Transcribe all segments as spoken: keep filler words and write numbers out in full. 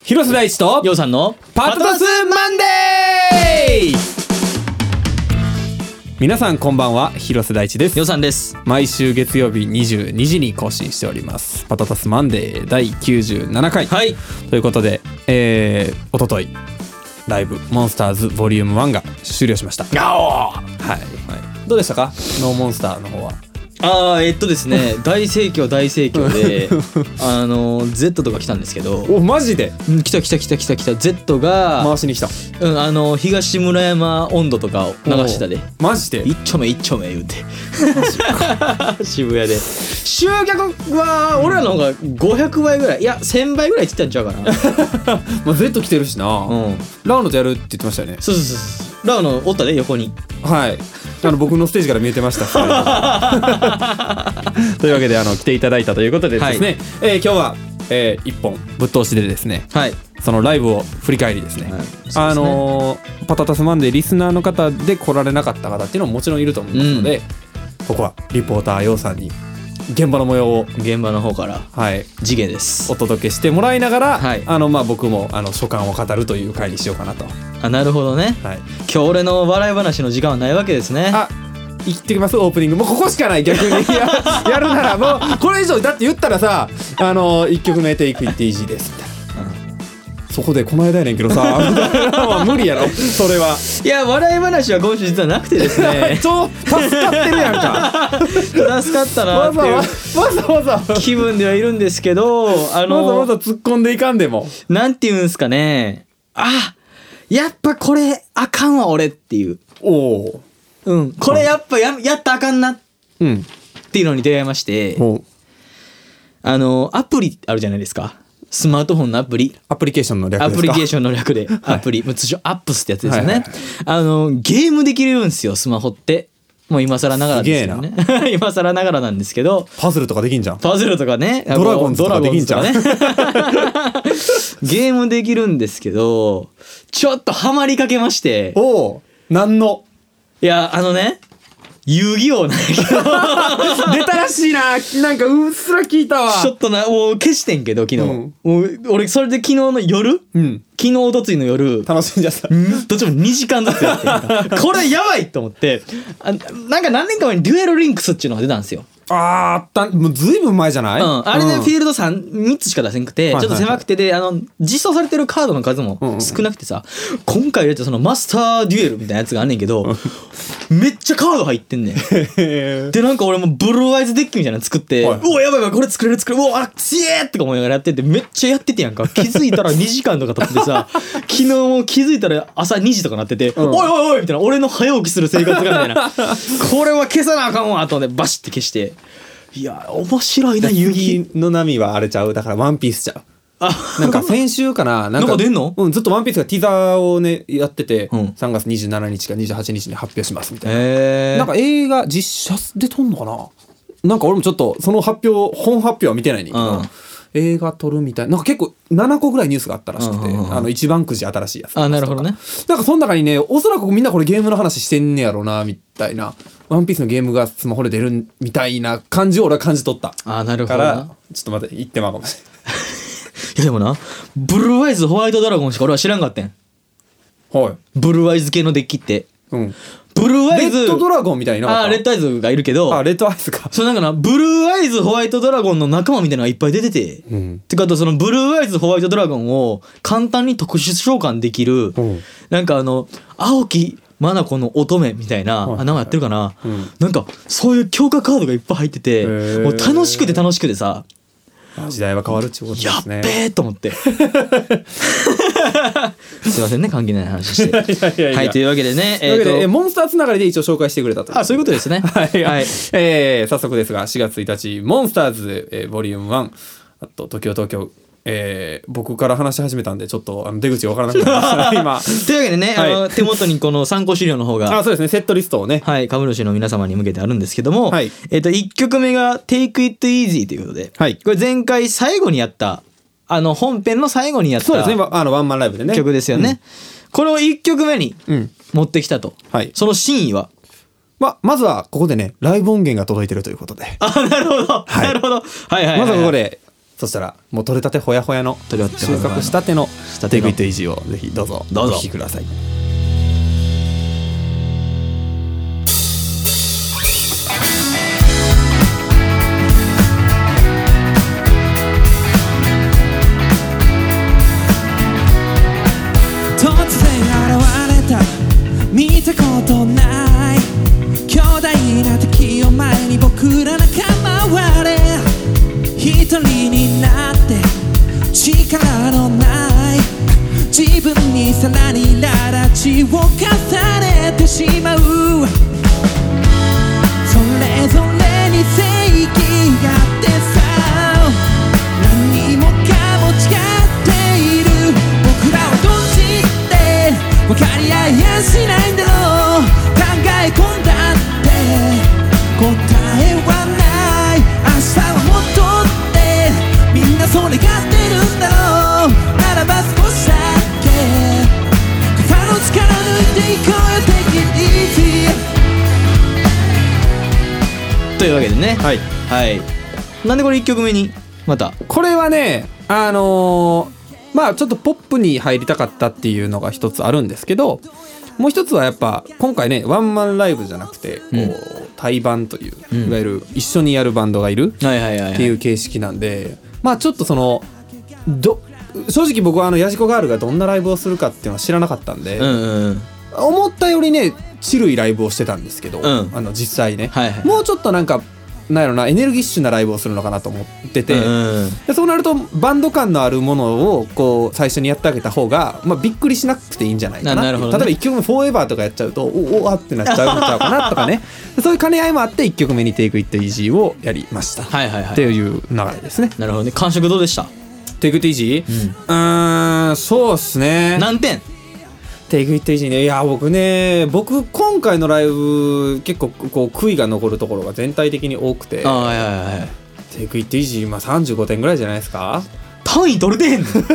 広瀬大地とようさんのパトタスマンデー。皆さんこんばんは、広瀬大地です。 ようさんです。 毎週月曜日にじゅうにじに更新しておりますパトタスマンデーだいきゅうじゅうななかい、 はい、 ということで、えー、おとといライブモンスターズボリュームワンが終了しました。はい、はい、どうでしたか、ノーモンスターの方は。 あーえっとですね大盛況大盛況であの Z とか来たんですけど、 おマジでうん来た来た来た来た来た Z が回しに来た。 うんあの東村山温度とかを流してたで。 マジで一丁目一丁目言うて渋谷で集客は俺らの方がごひゃくばいぐらい、いやせんばいぐらいって言ったんちゃうかなまあ Z 来てるしな、 うん、 ラウノとやるって言ってましたよね。 そうそうそうそう、ラウのおったで横に。 はい、あの僕のステージから見えてましたというわけであの来ていただいたということでですね、はい、えー、今日は、えー、いっぽんぶっ通しでですね、はい、そのライブを振り返りですね、はい、あのー、パタタスマンデーリスナーの方で来られなかった方っていうのももちろんいると思いますので、うん、ここはリポーターようさんに現場の模様を現場の方からはい次元ですお届けしてもらいながら、はい、あのまあ僕もあの所感を語るという回にしようかなと。 あ、なるほどね、はい、今日俺の笑い話の時間はないわけですね。 あ、言ってきます。オープニングもうここしかない。逆に や, やるならもうこれ以上だって言ったらさ、あのいっきょくめテイクイットイージーですみたいな、うん、そこでこの間やねんけどさ無理やろそれは。 いや笑い話は今週実はなくてですね超助かってるやんか助かったなっていうわざわざわざ気分ではいるんですけど、あのわざわざ突っ込んでいかんでもなんていうんすかね、あ、やっぱこれあかんわ俺っていう、 おお、 うん、これやっぱ や, やったらあかんなっていうのに出会いまして、うん、あのアプリあるじゃないですか、スマートフォンのアプリ、 アプリケーションの略ですか。 アプリケーションの略でアプリ、はい、通称アップスってやつですよね、はいはいはい、あのゲームできるんですよスマホって。もう今更ながらですよね今更ながらなんですけど、 パズルとかできんじゃん。 パズルとかね、 ドラゴンズとかできんじゃん、ね、 ゲームできるんですけど、ちょっとハマりかけまして。 おお、なんの。いや、あのね、遊戯王なんやけど出たらしいな、なんかうっすら聞いたわ。 ちょっとな、もう消してんけど昨日、うん、もう俺それで昨日の夜、うん、昨日おとついの夜楽しんじゃった。 どっちもにじかんずつやってこれやばいと思って、あ、なんか何年か前にデュエルリンクスっていうのが出たんですよ。 あー、あった、もうずいぶん前じゃない、 うん、あれでフィールドさん、みっつしか出せんくて、ちょっと狭くてで、あの実装されてるカードの数も少なくてさ、うんうん、今回入れたそのマスターデュエルみたいなやつがあんねんけどめっちゃカード入ってんねんで、なんか俺もブルーアイズデッキみたいなの作って、はい、うわやばいやばいこれ作れる作れる、うわあっちえーとか思いながらやってて、めっちゃやっててやんか。気づいたらにじかんとか経っててさ昨日も気づいたら朝にじとかなってて、うん、おいおいおいみたいな、俺の早起きする生活がみたいなこれは消さなあかんわと思ってバシッて消して、いや面白いな。遊戯の波はあれちゃう、だからワンピースちゃう。あ、なんか先週かな、 なんか出んの？ うん、ずっとワンピースがティザーをねやってて、うん、さんがつにじゅうしちにちかにじゅうはちにちに発表しますみたいな。へー、なんか映画実写で撮んのかな。なんか俺もちょっとその発表本発表は見てないねんけど、うん、映画撮るみたいな、なんか結構ななこぐらいニュースがあったらしくて、うんうんうん、あの一番くじ新しいやつ。 あ、なるほどね。 なんかその中にね、おそらくみんなこれゲームの話してんねやろうなみたいな、ワンピースのゲームがスマホで出るみたいな感じを俺は感じ取った。 あ、なるほど。 からちょっと待って、言ってまうかもしれないいやでもな、ブルーアイズホワイトドラゴンしか俺は知らんかったん。はい。ブルーアイズ系のデッキって。うん。ブルーアイズ。 レッドドラゴンみたいな。 あ、レッドアイズがいるけど。 あ、レッドアイズか。 そう、なんかな、ブルーアイズホワイトドラゴンの仲間みたいなのがいっぱい出てて。うん。てか、あとそのブルーアイズホワイトドラゴンを簡単に特殊召喚できる。うん。なんかあの、青木マナコの乙女みたいな、はい、あ、名前やってるかな、うん。なんか、そういう強化カードがいっぱい入ってて、もう楽しくて楽しくてさ。 時代は変わるってことですね。 やっべーと思ってすいませんね、関係ない話していやいやいや、はい、というわけでね、 えー、とえモンスターつながりで一応紹介してくれたと。 あ、そういうことですねはい、はい、えー、早速ですがしがつついたちモンスターズ、えー、ボリュームワン、あと東京東京、えー、僕から話し始めたんでちょっとあの出口が分からなくなりましたね今というわけでね、はい、あの手元にこの参考資料の方があ、そうですね、セットリストをね、 はい、株主の皆様に向けてあるんですけども、はい、えー、といっきょくめが Take It Easy ということで、はい、これ前回最後にやったあの本編の最後にやった、 そうですね、あのワンマンライブでね曲ですよね、うん、これをいっきょくめに持ってきたと、うん、はい、その真意はままずはここでねライブ音源が届いてるということで、 あ、なるほど、はい、なるほど、はいはいはい、はい、 まずはここでそしたらもう取れたてほやほやの収穫したてのTake It Easyをぜひどうぞお聴きください。 突然現れた見たことない巨大な敵を前に僕ら仲間割れ一人になって力のない自分にさらに苛立ちを重ねてしまうそれぞれに正義があってさ何もかも違っている僕らはどっちって分かり合いやしないんだろう考え込んだって答えはない明日はもっとってみんなそれがってるんだろうならば少しだけ肩の力抜いていこうよ Take it easy というわけでねはい、 はい、なんでこれいっきょくめにまたこれはねあのー、まあちょっとポップに入りたかったっていうのが一つあるんですけどもう一つはやっぱ今回ねワンマンライブじゃなくてこう、うん、対バンという、うん、いわゆる一緒にやるバンドがいるっていう形式なんでまあちょっとそのど正直僕はあのヤジコガールがどんなライブをするかっていうのは知らなかったんで、うんうん、思ったよりねチルいライブをしてたんですけど、うん、あの実際ね、はいはい、もうちょっとなんかなんやろなエネルギッシュなライブをするのかなと思ってて、うんうん、でそうなるとバンド感のあるものをこう最初にやってあげた方が、まあ、びっくりしなくていいんじゃないかなっていう、ね、例えばいっきょくめフォーエバーとかやっちゃうとおおあってなっちゃうんちゃうかなとかねそういう兼ね合いもあっていっきょくめに Take It Easy をやりました、はいはいはい、っていう流れですね。 なるほどね。感触どうでした？ Take It Easy？ うん、うーんそうっすね。 何点 Take It Easy ね。いや僕ね僕今回のライブ結構こう悔いが残るところが全体的に多くて、あ、はいはいはい、Take It Easy、まあ、さんじゅうごてんぐらいじゃないですか。 単位取れてへんのさん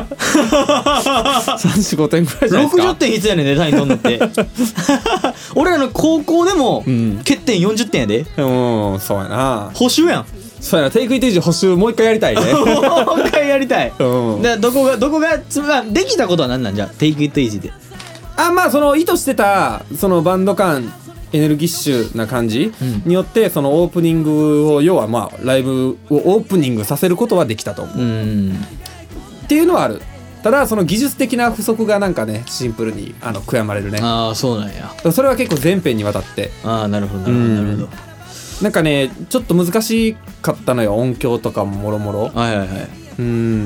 じゅうごてんぐらいじゃないですか。ろくじゅってん必要やねんね単位取んのって俺らの高校でも欠点よんじゅってんやで。 うん、そうやな。 補習やん。 そうやな。Take It Easy補習もう一回やりたいねもう一回やりたい、うん、でどこがどこがつ、まあ、できたことは何なんじゃ Take It Easy で。 あ、まあその意図してたそのバンド感エネルギッシュな感じによって、うん、そのオープニングを要はまあライブをオープニングさせることはできたと思う、うん、っていうのはある。ただその技術的な不足がなんかねシンプルにあの悔やまれるね。 ああそうなんや。 それは結構全編にわたって。 ああなるほどなるほどなるほど。 なんかねちょっと難しかったのよ音響とかももろもろ。はいはいはい。うん、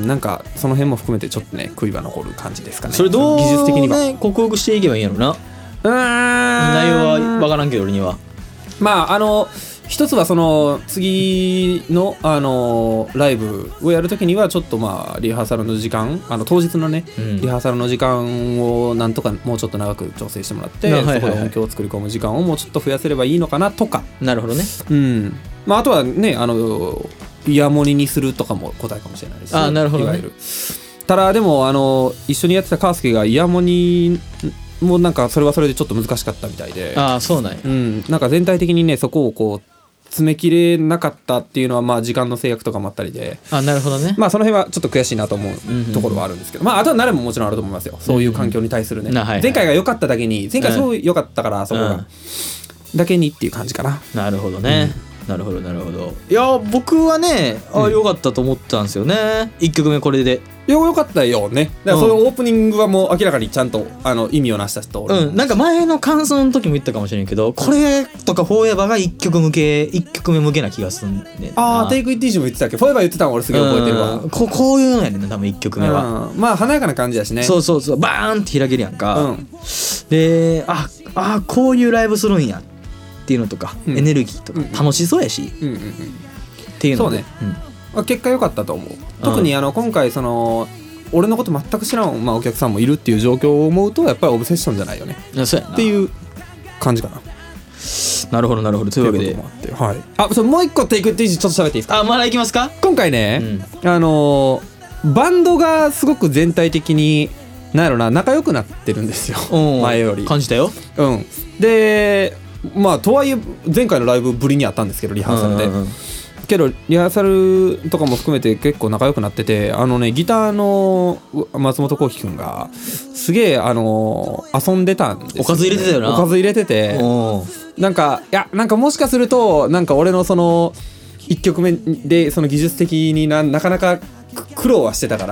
なんかその辺も含めてちょっとね悔いは残る感じですかね。 それどう技術的には、ね、克服していけばいいんやろな。うーん内容は分からんけど俺には。まああの一つはその次のあのライブをやるときにはちょっとまあリハーサルの時間あの当日のね、うん、リハーサルの時間をなんとかもうちょっと長く調整してもらって、はいはいはい、そこで音響を作り込む時間をもうちょっと増やせればいいのかなとか。 なるほどね。 うん、まああとはねあのイヤモニにするとかも答えかもしれないです。 あ、なるほど、ね、 いわゆるただでもあの一緒にやってたカースケがイヤモニもなんかそれはそれでちょっと難しかったみたいで。 ああそうなんや、 うん、なんか全体的にねそこをこう詰め切れなかったっていうのはまあ時間の制約とかもあったりで。 あ、なるほどね。 まあその辺はちょっと悔しいなと思うところはあるんですけど、うんうん、まああとは慣れももちろんあると思いますよ。そういう環境に対するね、うんうん、前回が良かっただけに前回そう良かったからそこがだけにっていう感じかな。 なるほどね、うん、なるほどなるほど。いや僕はねあ良かったと思ったんですよね、うん、いっきょくめこれで。 よよかったよね。だからそのオープニングはもう明らかにちゃんとあの意味をなした人。 うん、なんか前の感想の時も言ったかもしれんけどこれとかフォーエバーがいっきょく向けいっきょくめ向けな気がすんねんな。 ああテイクイットイージーも言ってたっけ。フォーエバー言ってたの俺すげえ覚えてるわ。 こ, こういうのやねんな多分いっきょくめは、 うん、まあ華やかな感じだしね。 そうそうそうバーンって開けるやんか、うん、でああこういうライブするんやっていうのとか、うん、エネルギーとか楽しそうやし、うんうんうん、っていうのでそうね、うん、結果良かったと思う。特にあの今回その俺のこと全く知らん、まあ、お客さんもいるっていう状況を思うとやっぱりオブセッションじゃないよね。 そうやなっていう感じかな。 なるほどなるほど。というわけであ、はい、あそもう一個テイクイットイージーちょっと喋っていいですか。 あまだいきますか。 今回ね、うん、あのバンドがすごく全体的になんやろな仲良くなってるんですよ前より。 感じたよ。 うんでまあとはいえ前回のライブぶりにあったんですけどリハーサルで、うんうんうん、 けどリハーサルとかも含めて結構仲良くなってて、あのねギターの松本幸輝くんがすげえあの遊んでたんですよ、ね、 おかず入れてたよな。 おかず入れてて、なんかいやなんかもしかするとなんか俺のそのいっきょくめでその技術的に な, なかなか苦労はしてたから、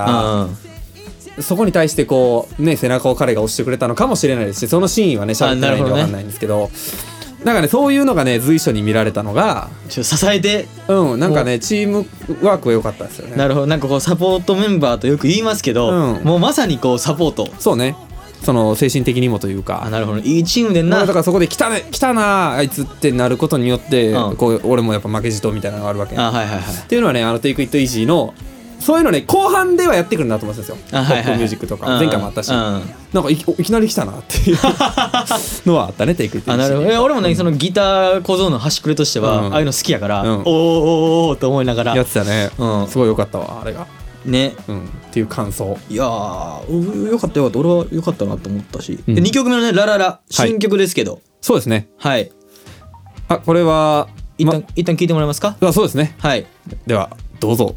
そこに対してこうね背中を彼が押してくれたのかもしれないですし、そのシーンはね喋ってないんで分かんないんですけど、なんかねそういうのがね随所に見られたのがちょ支えて、 うんなんかねチームワークが良かったですよね。 なるほど。なんかこうサポートメンバーとよく言いますけど、うん、もうまさにこうサポート。 そうね、その精神的にもというか。 あ、なるほど、いいチームでんな。 だからそこで来たね来たなあいつってなることによって、うん、こう俺もやっぱ負けじとみたいなのがあるわけ、 あ、はいはいはい、 っていうのはねあのテイクイットイージーのそういうのね後半ではやってくるなと思うんですよ。ポップミュージックとか前回もあったし、なんか い, いきなり来たなっていうのはあったねテイクイットイージー。あ、なるほど。俺もねそのギター小僧の端くれとしては、うん、ああいうの好きやから、うん、おーおーおーと思いながらやってたね、うん、すごい良かったわあれがね、 うん、っていう感想。 いやーよかったよかった、俺はよかったなと思ったし、うん、でにきょくめのねラララ新曲ですけど、はい、 そうですね。 はい。 あ、これは一旦、ま、一旦聞いてもらえますか。 あ、そうですね。 はい。 ではどうぞ。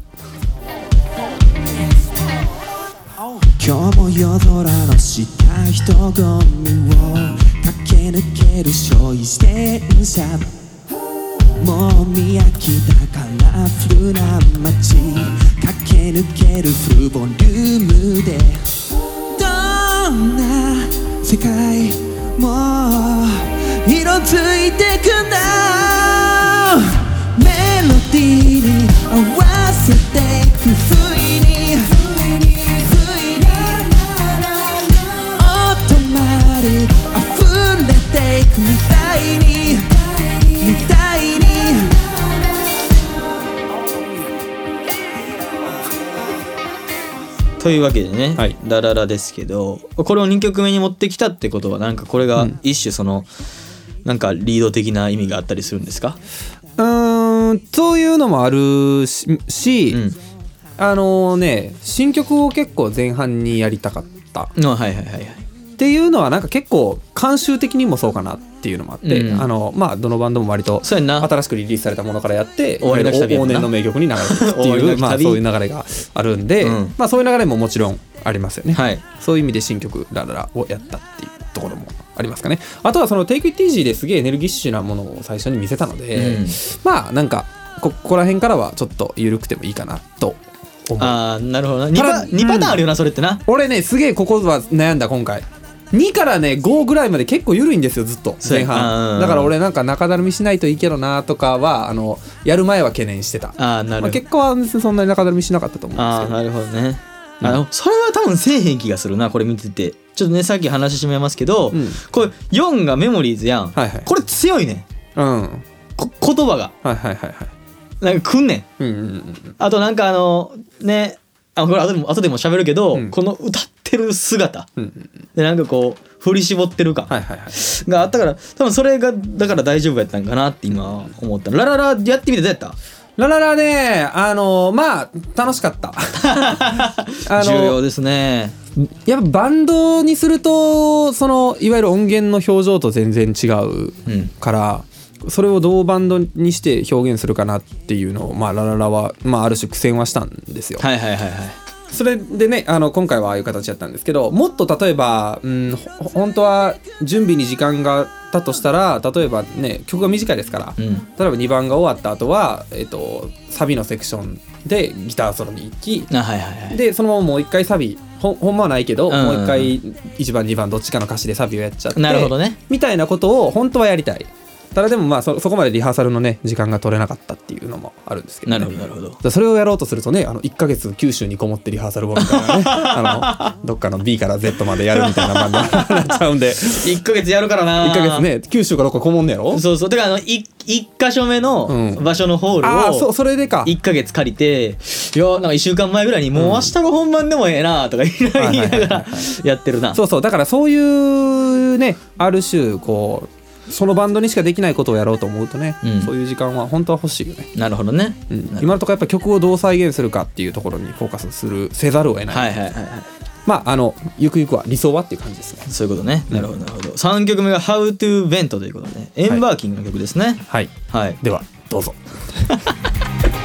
今日も夜空の下人混みを駆け抜けるショイステーション、もう見飽きたカラフルな街駆け抜けるフルボリュームで、どんな世界も色づいてくんだ、メロディーに合わせてく不意に溢れていくみたいにみたいに。 というわけでね、はい、ラララですけど、これをにきょくめに持ってきたってことはなんかこれが一種その、うん、なんかリード的な意味があったりするんですか。 うーん、そういうのもあるし、うん、あのね新曲を結構前半にやりたかった、 はいはいはいはいっていうのはなんか結構慣習的にもそうかなっていうのもあって、うん、あのまあどのバンドも割と新しくリリースされたものからやって往年の名曲に流れていくっていうまあそういう流れがあるんで、うん、まあそういう流れももちろんありますよね、はい、そういう意味で新曲ラララをやったっていうところもありますかね。あとはその Take It Easy ですげえエネルギッシュなものを最初に見せたので、うん、まあなんかここら辺からはちょっと緩くてもいいかなと思う。 あーなるほどな。 2, パにパターンあるよな、うん、それってな。 俺ねすげえここは悩んだ今回にからねごぐらいまで結構緩いんですよずっと前半だから俺なんか中だるみしないといいけどなとかはあのやる前は懸念してた。 あなるほど、まあ、 結果は別にそんなに中だるみしなかったと思うんですけど。 あなるほどね、うん、あのそれは多分せえへん気がするなこれ見てて。ちょっとねさっき話しめますけど、うん、これよんがメモリーズやん、はいはい、これ強いね、うん、こ言葉がはいはいはいはいなんかくんねん、うんうんうん、あとなんかあのねあこれ後でも後でも喋るけど、うん、この歌ってる姿、うんうん、でなんかこう振り絞ってる感があったから多分それがだから大丈夫やったんかなって今思った。ラララやってみてどうやった？ ラララねあのまあ楽しかったあの重要ですね。 やっぱバンドにするとそのいわゆる音源の表情と全然違うから、うん、それをどうバンドにして表現するかなっていうのを、まあ、ラララは、まあ、ある種苦戦はしたんですよ。 はいはいはいはい。 それでねあの今回はああいう形だったんですけど、もっと例えば、うん、本当は準備に時間があったとしたら例えばね曲が短いですから、うん、例えばにばんが終わった後は、えーと、サビのセクションでギターソロに行き、 あ、はいはいはい、 でそのままもう一回サビほほんまはないけど、うんうんうん、もう一回いちばんにばんどっちかの歌詞でサビをやっちゃって、 なるほどね、 みたいなことを本当はやりたい。ただでもまあ そ, そこまでリハーサルのね時間が取れなかったっていうのもあるんですけど、ね、 なるほどなるほど。 それをやろうとするとねあのいっかげつ九州にこもってリハーサル後みたいなねあのどっかの B から Z までやるみたいなバンドになっちゃうんでいっかげつやるからないっかげつね九州かどっかこもんねやろ。 そうそうだからあの 1, 1箇所目の場所のホールを、うん、あそそれでかいっかげつ借りていやなんかいっしゅうかんまえぐらいにもう明日が本番でもええなとか言いながらやってるな。 そうそうだからそういうねある種こうそのバンドにしかできないことをやろうと思うとね、うん、そういう時間は本当は欲しいよね。 なるほどね、 うん、今のところやっぱ曲をどう再現するかっていうところにフォーカスするせざるを得ない、 はいはいはいはい、 まああのゆくゆくは理想はっていう感じですね。 そういうことね、うん、なるほどなるほど。さんきょくめが How to Vent ということでエンバーキングの曲ですね。 はい、はいはい、ではどうぞ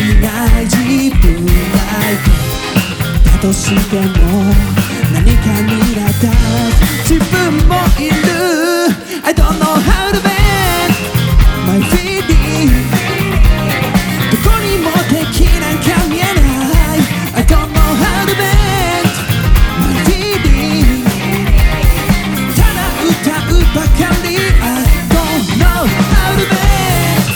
ない自分ライトだとしても何かになった自分もいる I don't know how to bend my feeling どこにも敵なんか見えない I don't know how to bend my feeling ただ歌うばかり I don't know how to bend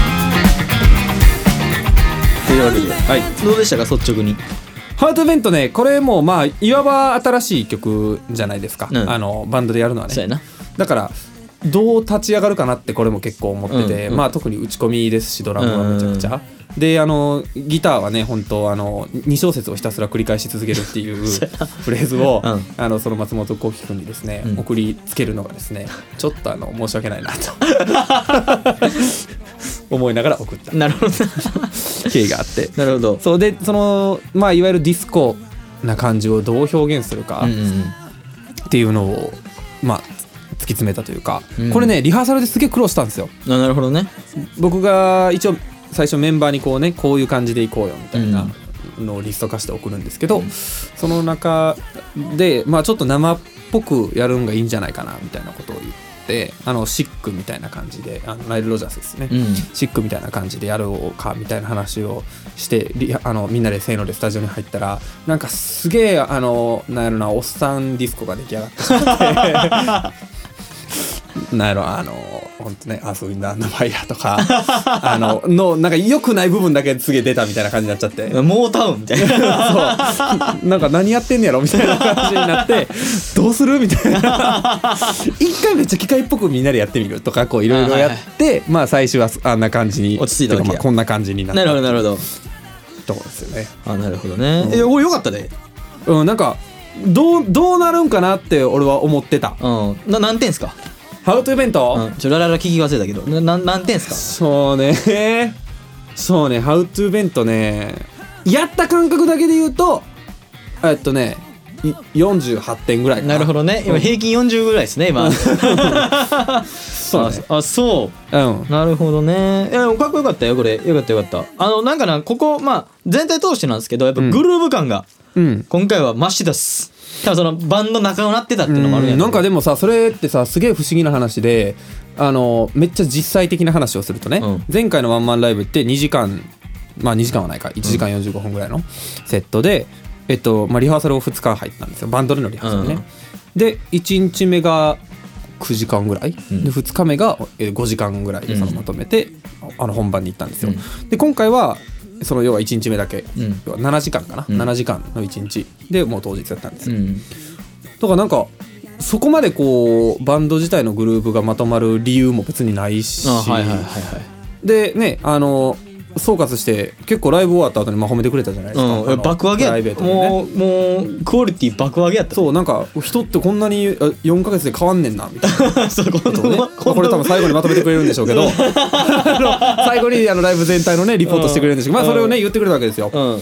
というわけで、はい、どうでしたか率直に。 ハートベントね、これもまあいわば新しい曲じゃないですか、うん、あのバンドでやるのはね。 そうやな。 だからどう立ち上がるかなってこれも結構思ってて、うんうん、まあ特に打ち込みですしドラムはめちゃくちゃ、うんうん、であのギターはね本当あのに小節をひたすら繰り返し続けるっていうフレーズを、うん、あのその松本幸輝君にですね、うん、送りつけるのがですねちょっとあの申し訳ないなと思いながら送ったなるほど経緯があってなるほど。 そうでそのまあいわゆるディスコな感じをどう表現するかっていうのをまあ突き詰めたというか、うん、これねリハーサルですげえ苦労したんですよ。 あ、なるほどね。 僕が一応最初メンバーにこうねこういう感じでいこうよみたいなのをリスト化して送るんですけど、うん、その中でまあちょっと生っぽくやるんがいいんじゃないかなみたいなことを言って、あのシックみたいな感じであのナイル・ロジャースですね、うん、シックみたいな感じでやろうかみたいな話をしてリあのみんなでせーのでスタジオに入ったらなんかすげえあのなんやろなおっさんディスコが出来上がってしまってなんやろあの本当ねアースウィンドアンドファイヤーとかあののなんか良くない部分だけすげえ出たみたいな感じになっちゃってモータウンみたいなそうなんか何やってんねやろみたいな感じになってどうするみたいな一回めっちゃ機械っぽくみんなでやってみるとかこういろいろやって、はいはい、まあ最初はあんな感じに落ち着いたわけや、 まあ、こんな感じになったなるほどなるほどところですよね。 あ、なるほどね、 うん、 え俺よかったね。 うん、なんかどうどうなるんかなって俺は思ってた。 うん、な何点ですかハウトイベント、 うん、ちょラララ聞き忘れたけどな何点ですか。 そうねそうねハウトイベントねやった感覚だけで言うとえっとねよんじゅうはってんぐらいかな。 なるほどね。今平均よんじゅうぐらいですね今そうね。 あそう、うん、なるほどね。いやかっこよかったよこれ。よかったよかった。あのなんかなここまあ全体通してなんですけどやっぱグルーヴ感が、うん、今回は増し出す。多分そのバンド仲良くなってたっていうのもあるんやけど、 なんかでもさそれってさすげえ不思議な話であのめっちゃ実際的な話をするとね、うん、前回のワンマンライブってにじかんまあにじかんはないかいちじかんよんじゅうごふんぐらいのセットで、えっとまあ、リハーサルをふつか入ったんですよバンドでのリハーサルね、うん、でいちにちめがくじかんぐらい、うん、でふつかめがごじかんぐらいでそのまとめて、うん、あの本番に行ったんですよ、うん、で今回はその要はいちにちめだけ、うん、要はななじかんかな、うん、ななじかんのいちにちでもう当日やったんですよ、うん、だからなんかそこまでこうバンド自体のグループがまとまる理由も別にないし、あ、はいはいはいはい、でねあの総括して結構ライブ終わった後にまあ褒めてくれたじゃないですか、 うん、爆上げやった、ね、もうもうクオリティ爆上げやった、 そうなんか人ってこんなによんかげつで変わんねんなみたいなそうこと、ね、これ多分最後にまとめてくれるんでしょうけど最後にあのライブ全体のねリポートしてくれるんでしょうけど、うん、まあそれをね言ってくれたわけですよ、うん、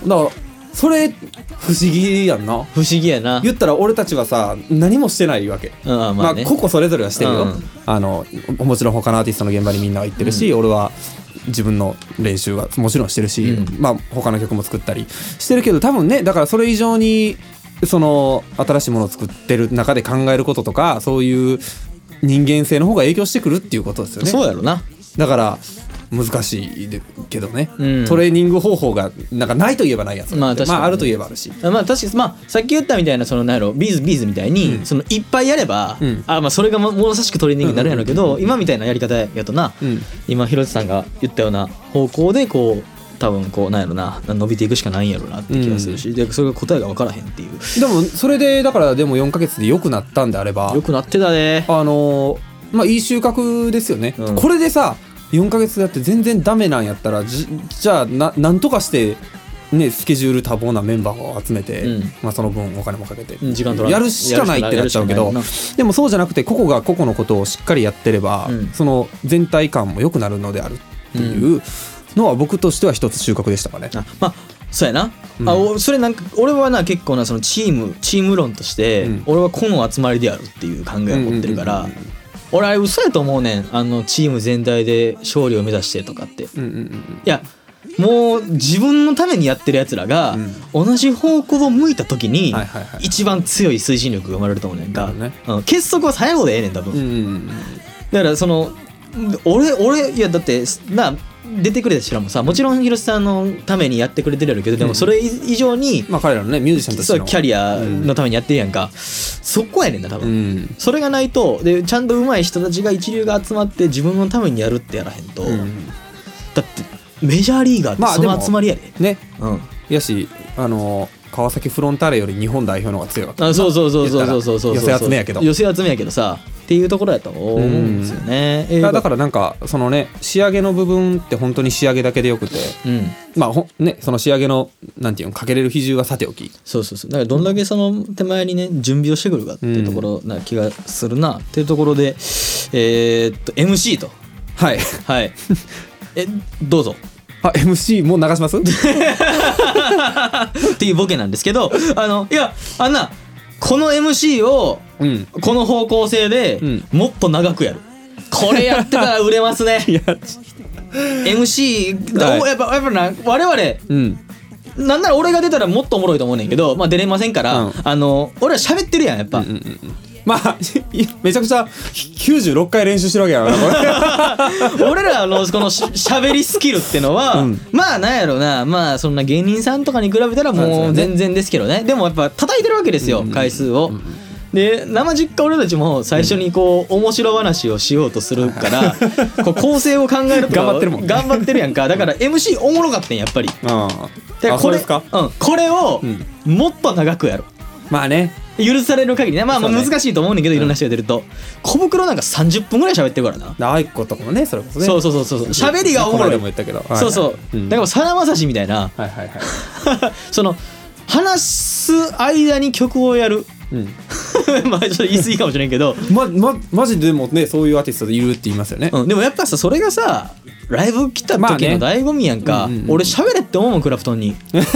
だからそれ不思議やんな。 不思議やな。 言ったら俺たちはさ何もしてないわけ、うん、まあ、ね、まあ個々それぞれはしてるよ、うん、あのもちろん他のアーティストの現場にみんなは行ってるし、うん、俺は自分の練習はもちろんしてるし、うん、まあ他の曲も作ったりしてるけど多分ねだからそれ以上にその新しいものを作ってる中で考えることとかそういう人間性の方が影響してくるっていうことですよね。 そうやろな。 だから難しいけどね、うん、トレーニング方法がなんかないといえばないやつ、まあ確かに、まあ、あるといえばあるし、 まあ確かに、まあ、さっき言ったみたいなそのなんやろビーズビーズみたいに、うん、そのいっぱいやれば、うん、あまあそれがものさしくトレーニングになるんやろうけど、うんうんうんうん、今みたいなやり方やとな、うん、今広瀬さんが言ったような方向でこう多分こうなんやろな伸びていくしかないんやろなって気がするし、うん、でそれが答えが分からへんっていう。 でもそれでだからでもよんかげつで良くなったんであれば良くなってたね。 あのまあいい収穫ですよね、うん、これでさよんかげつやって全然ダメなんやったら じ, じゃあ な, なんとかしてねスケジュール多忙なメンバーを集めて、うんまあ、その分お金もかけて時間やるしかないってなっちゃうけどでもそうじゃなくて個々が個々のことをしっかりやってれば、うん、その全体感も良くなるのであるっていうのは僕としては一つ収穫でしたかね、うん、あまあそうやな、うん、あそれなんか俺はな結構なそのチームチーム論として、うん、俺は個の集まりであるっていう考えを持ってるから、うんうんうんうん、俺あれ嘘やと思うねん。あのチーム全体で勝利を目指してとかって、うんうんうん、いやもう自分のためにやってるやつらが同じ方向を向いた時に一番強い推進力が生まれると思うねんか、ねうん、結束は最後でええねん多分、うんうんうん、だからその俺俺いやだってな出てくれた人らもさもちろん広瀬さんのためにやってくれてるやろうけど、うん、でもそれ以上に、 まあ、彼らのねミュージシャンとしてのキャリアのためにやってるやんか、うん、そこやねんな多分、うん、それがないとでちゃんと上手い人たちが一流が集まって自分のためにやるってやらへんと、うん、だってメジャーリーガーってその集まりやで、まあ、 ね、うん、やしあの川崎フロンターレより日本代表の方が強いわけ。 あそうそうそうそうそうそうそう寄せ集めやけど寄せ集めやけどさっていうところやと思うんですよね、 うん、だからなんかそのね仕上げの部分って本当に仕上げだけでよくて、うん、まあほねその仕上げのなんていうのかけれる比重はさておきそうそうそうだからどんだけその手前にね準備をしてくるかっていうところな気がするな、うん、っていうところでえー、っと エムシー とはいはいえどうぞあ エムシー もう流しますっていうボケなんですけどあのいやあんなこの エムシー を、うん、この方向性で、うん、もっと長くやるこれやってたら売れますねいや エムシー、はい、やっぱやっぱな我々、うん、なんなら俺が出たらもっとおもろいと思うねんけど、まあ、出れませんから、うん、あの俺は喋ってるやんやっぱ、うんうんうん、 まあめちゃくちゃきゅうじゅうろっかい練習してるわけやろな俺らのこのしゃべりスキルってのは、うん、まあなんやろなまあそんな芸人さんとかに比べたらもう全然ですけどねでもやっぱ叩いてるわけですよ、うん、回数を、うん、で生実家俺たちも最初にこう面白話をしようとするからこう構成を考えるとか頑張ってるもん、ね、 頑張ってるやんかだから エムシー おもろかったんやっぱりあであこれそうですか、 うん、これをもっと長くやる、 うん、まあね許される限りねまあまあ難しいと思うねんけど、ね、いろんな人が出ると、うん、小袋なんかさんじゅっぷんぐらい喋ってるからなあいことかもねそれこそねそうそうそうそう喋りがおもろいでも言ったけど、はいはい、 そうそう、うん、だからさだまさしみたいな、 はいはいはい、 その話す間に曲をやる、うん、まあちょっと言い過ぎかもしれんけどままマジでもねそういうアーティストいるって言いますよね、 うん、でもやっぱさそれがさライブ来た時の醍醐味やんか、まあねうんうんうん、俺喋れって思うもんクラプトンに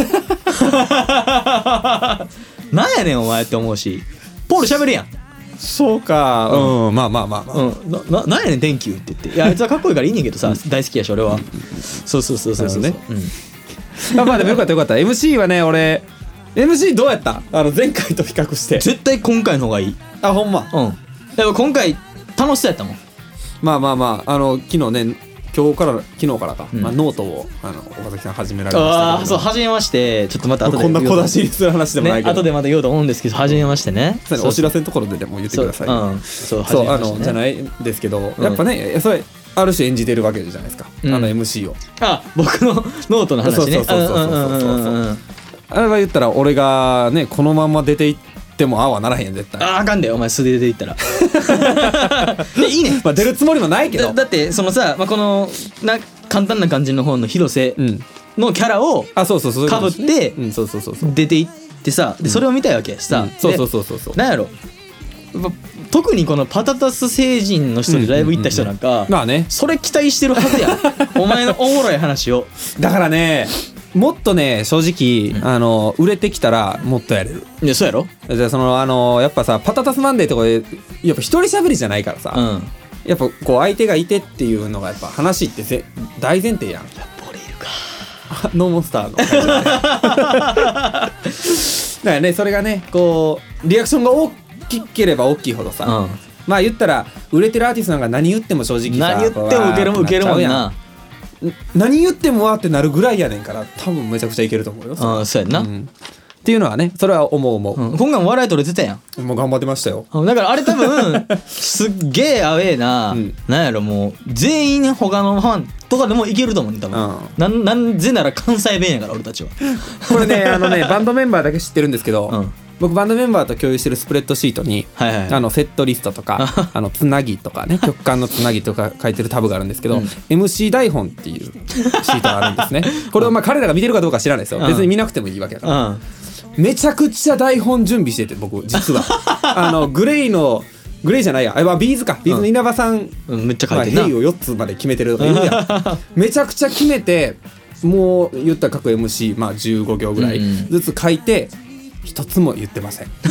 なんやねんお前って思うしポール喋るやんそうか、うんうん、まあまあまあまあ、 うん、な, な, なんやねん Thank you って言っていやあいつはかっこいいからいいねんけどさ、うん、大好きやし俺は、うん、そうそうそうそうそうね、 うん、まあまあでもよかったよかった エムシー はね俺 エムシー どうやったあの前回と比較して絶対今回の方がいいあほんまうんでも今回楽しそうやったもんまあまあまああの昨日ね今日から昨日からか、うんまあ、ノートをあの岡崎さん始められましたけどああそう始めましてちょっとまた後でこんな小出しにする話でもないけど、 ね、後でまた言おうと思うんですけど始めましてねそうお知らせのところででも言ってくださいそう、うん、そうそうあのじゃないですけど、うん、やっぱねそれある種演じてるわけじゃないですか、うん、あの エムシー をあ僕のノートの話ねそうそうそうそうそうそうあれは言ったら俺がねこのまま出ていってでもああはならへんやん絶対ああかんでお前素で出ていったらいいね、 まあ、出るつもりもないけどだ, だってそのさ、まあ、このな簡単な感じの方の広瀬のキャラをかぶって出ていってさでそれを見たいわけやしさ、うん、 そうそうそうそうそうなんやろ特にこのパタタス星人の人でライブ行った人なんか、うんうんうん、 まあねそれ期待してるはずやお前のおもろい話をだからねもっとね正直、うん、あの売れてきたらもっとやれるいやそうやろじゃあそのあのやっぱさパタタスマンデーとかでやっぱ一人喋りじゃないからさ、うん、やっぱこう相手がいてっていうのがやっぱ話ってぜ大前提やんやっぱ俺いるかノーモンスターのだからねそれがねこうリアクションが大きければ大きいほどさ、うん、まあ言ったら売れてるアーティストなんか何言っても正直さ何言ってもウケるもウケるもんな何言ってもわーってなるぐらいやねんから多分めちゃくちゃいけると思うよああそうやんな、 うん、っていうのはねそれは思う思う、 うん、今回も笑い取れてたやんもう頑張ってましたよだからあれ多分すっげえアウェーな、うん、なんやろもう全員他のファンとかでもいけると思うね多分、うん、なんなんぜなら関西弁やから俺たちはこれねあのねバンドメンバーだけ知ってるんですけど、うん僕バンドメンバーと共有してるスプレッドシートに、はいはいはい、あのセットリストとかあのつなぎとかね曲間のつなぎとか書いてるタブがあるんですけど、うん、エムシー 台本っていうシートがあるんですねこれをまあ彼らが見てるかどうか知らないですよ、うん、別に見なくてもいいわけだから、うん、めちゃくちゃ台本準備してて僕実はあのグレイのグレイじゃないやあビーズかビーズの稲葉さん、 うん、めっちゃ書いてるな、 まあ、ヘイをよっつまで決めてるとかいるやんめちゃくちゃ決めてもう言ったら各 エムシー、まあ、じゅうご行ぐらいずつ書いて、 一つも言ってませんも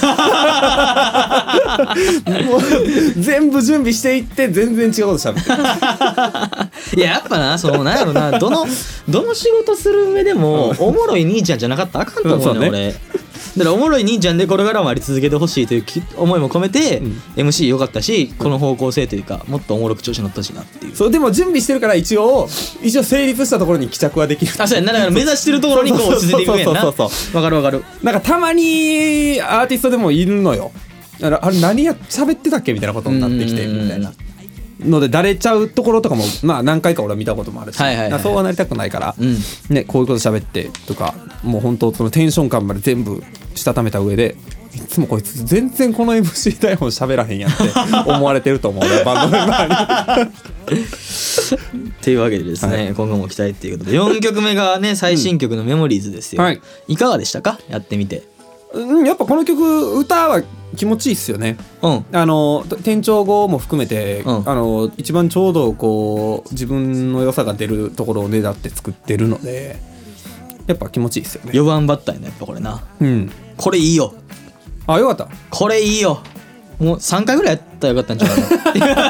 う全部準備していって全然違うこと喋ってるいややっぱなそのなんやろなどのどの仕事する上でもおもろい兄ちゃんじゃなかったらあかんと思うね、うん、俺だからおもろい兄ちゃんでこれからもあり続けてほしいという思いも込めて、うん、エムシー 良かったしこの方向性というかもっとおもろく調子乗ってほしいなっていう。 そうでも準備してるから一応一応成立したところに帰着はできる。 あそうやなだから目指してるところにこう落ち着いていくんやんな。わかるわかる。 なんかたまにアーティストでもいるのよ。だからあれ何や喋ってたっけみたいなことになってきてみたいなのでだれちゃうところとかもまあ何回か俺は見たこともあるし、はいはいはい、そうはなりたくないから、うんね、こういうこと喋ってとかもう本当そのテンション感まで全部したためた上でいつもこいつ全然この エムシー 台本喋らへんやんって思われてると思うねバンドメンバーにっていうわけでですね、はい、今後も期待っていうことでよんきょくめがね最新曲のメモリーズですよ、うんはい、いかがでしたかやってみて。 うん、やっぱこの曲歌は気持ちいいっすよね、うん、あの転調語も含めて、うん、あの一番ちょうどこう自分の良さが出るところをねだって作ってるのでやっぱ気持ちいいっすよね。 よばんバッターやねやっぱこれな、うん、これいいよ。 あよかった。 これいいよ。もうさんかいぐらいやったらよかったんちゃうかな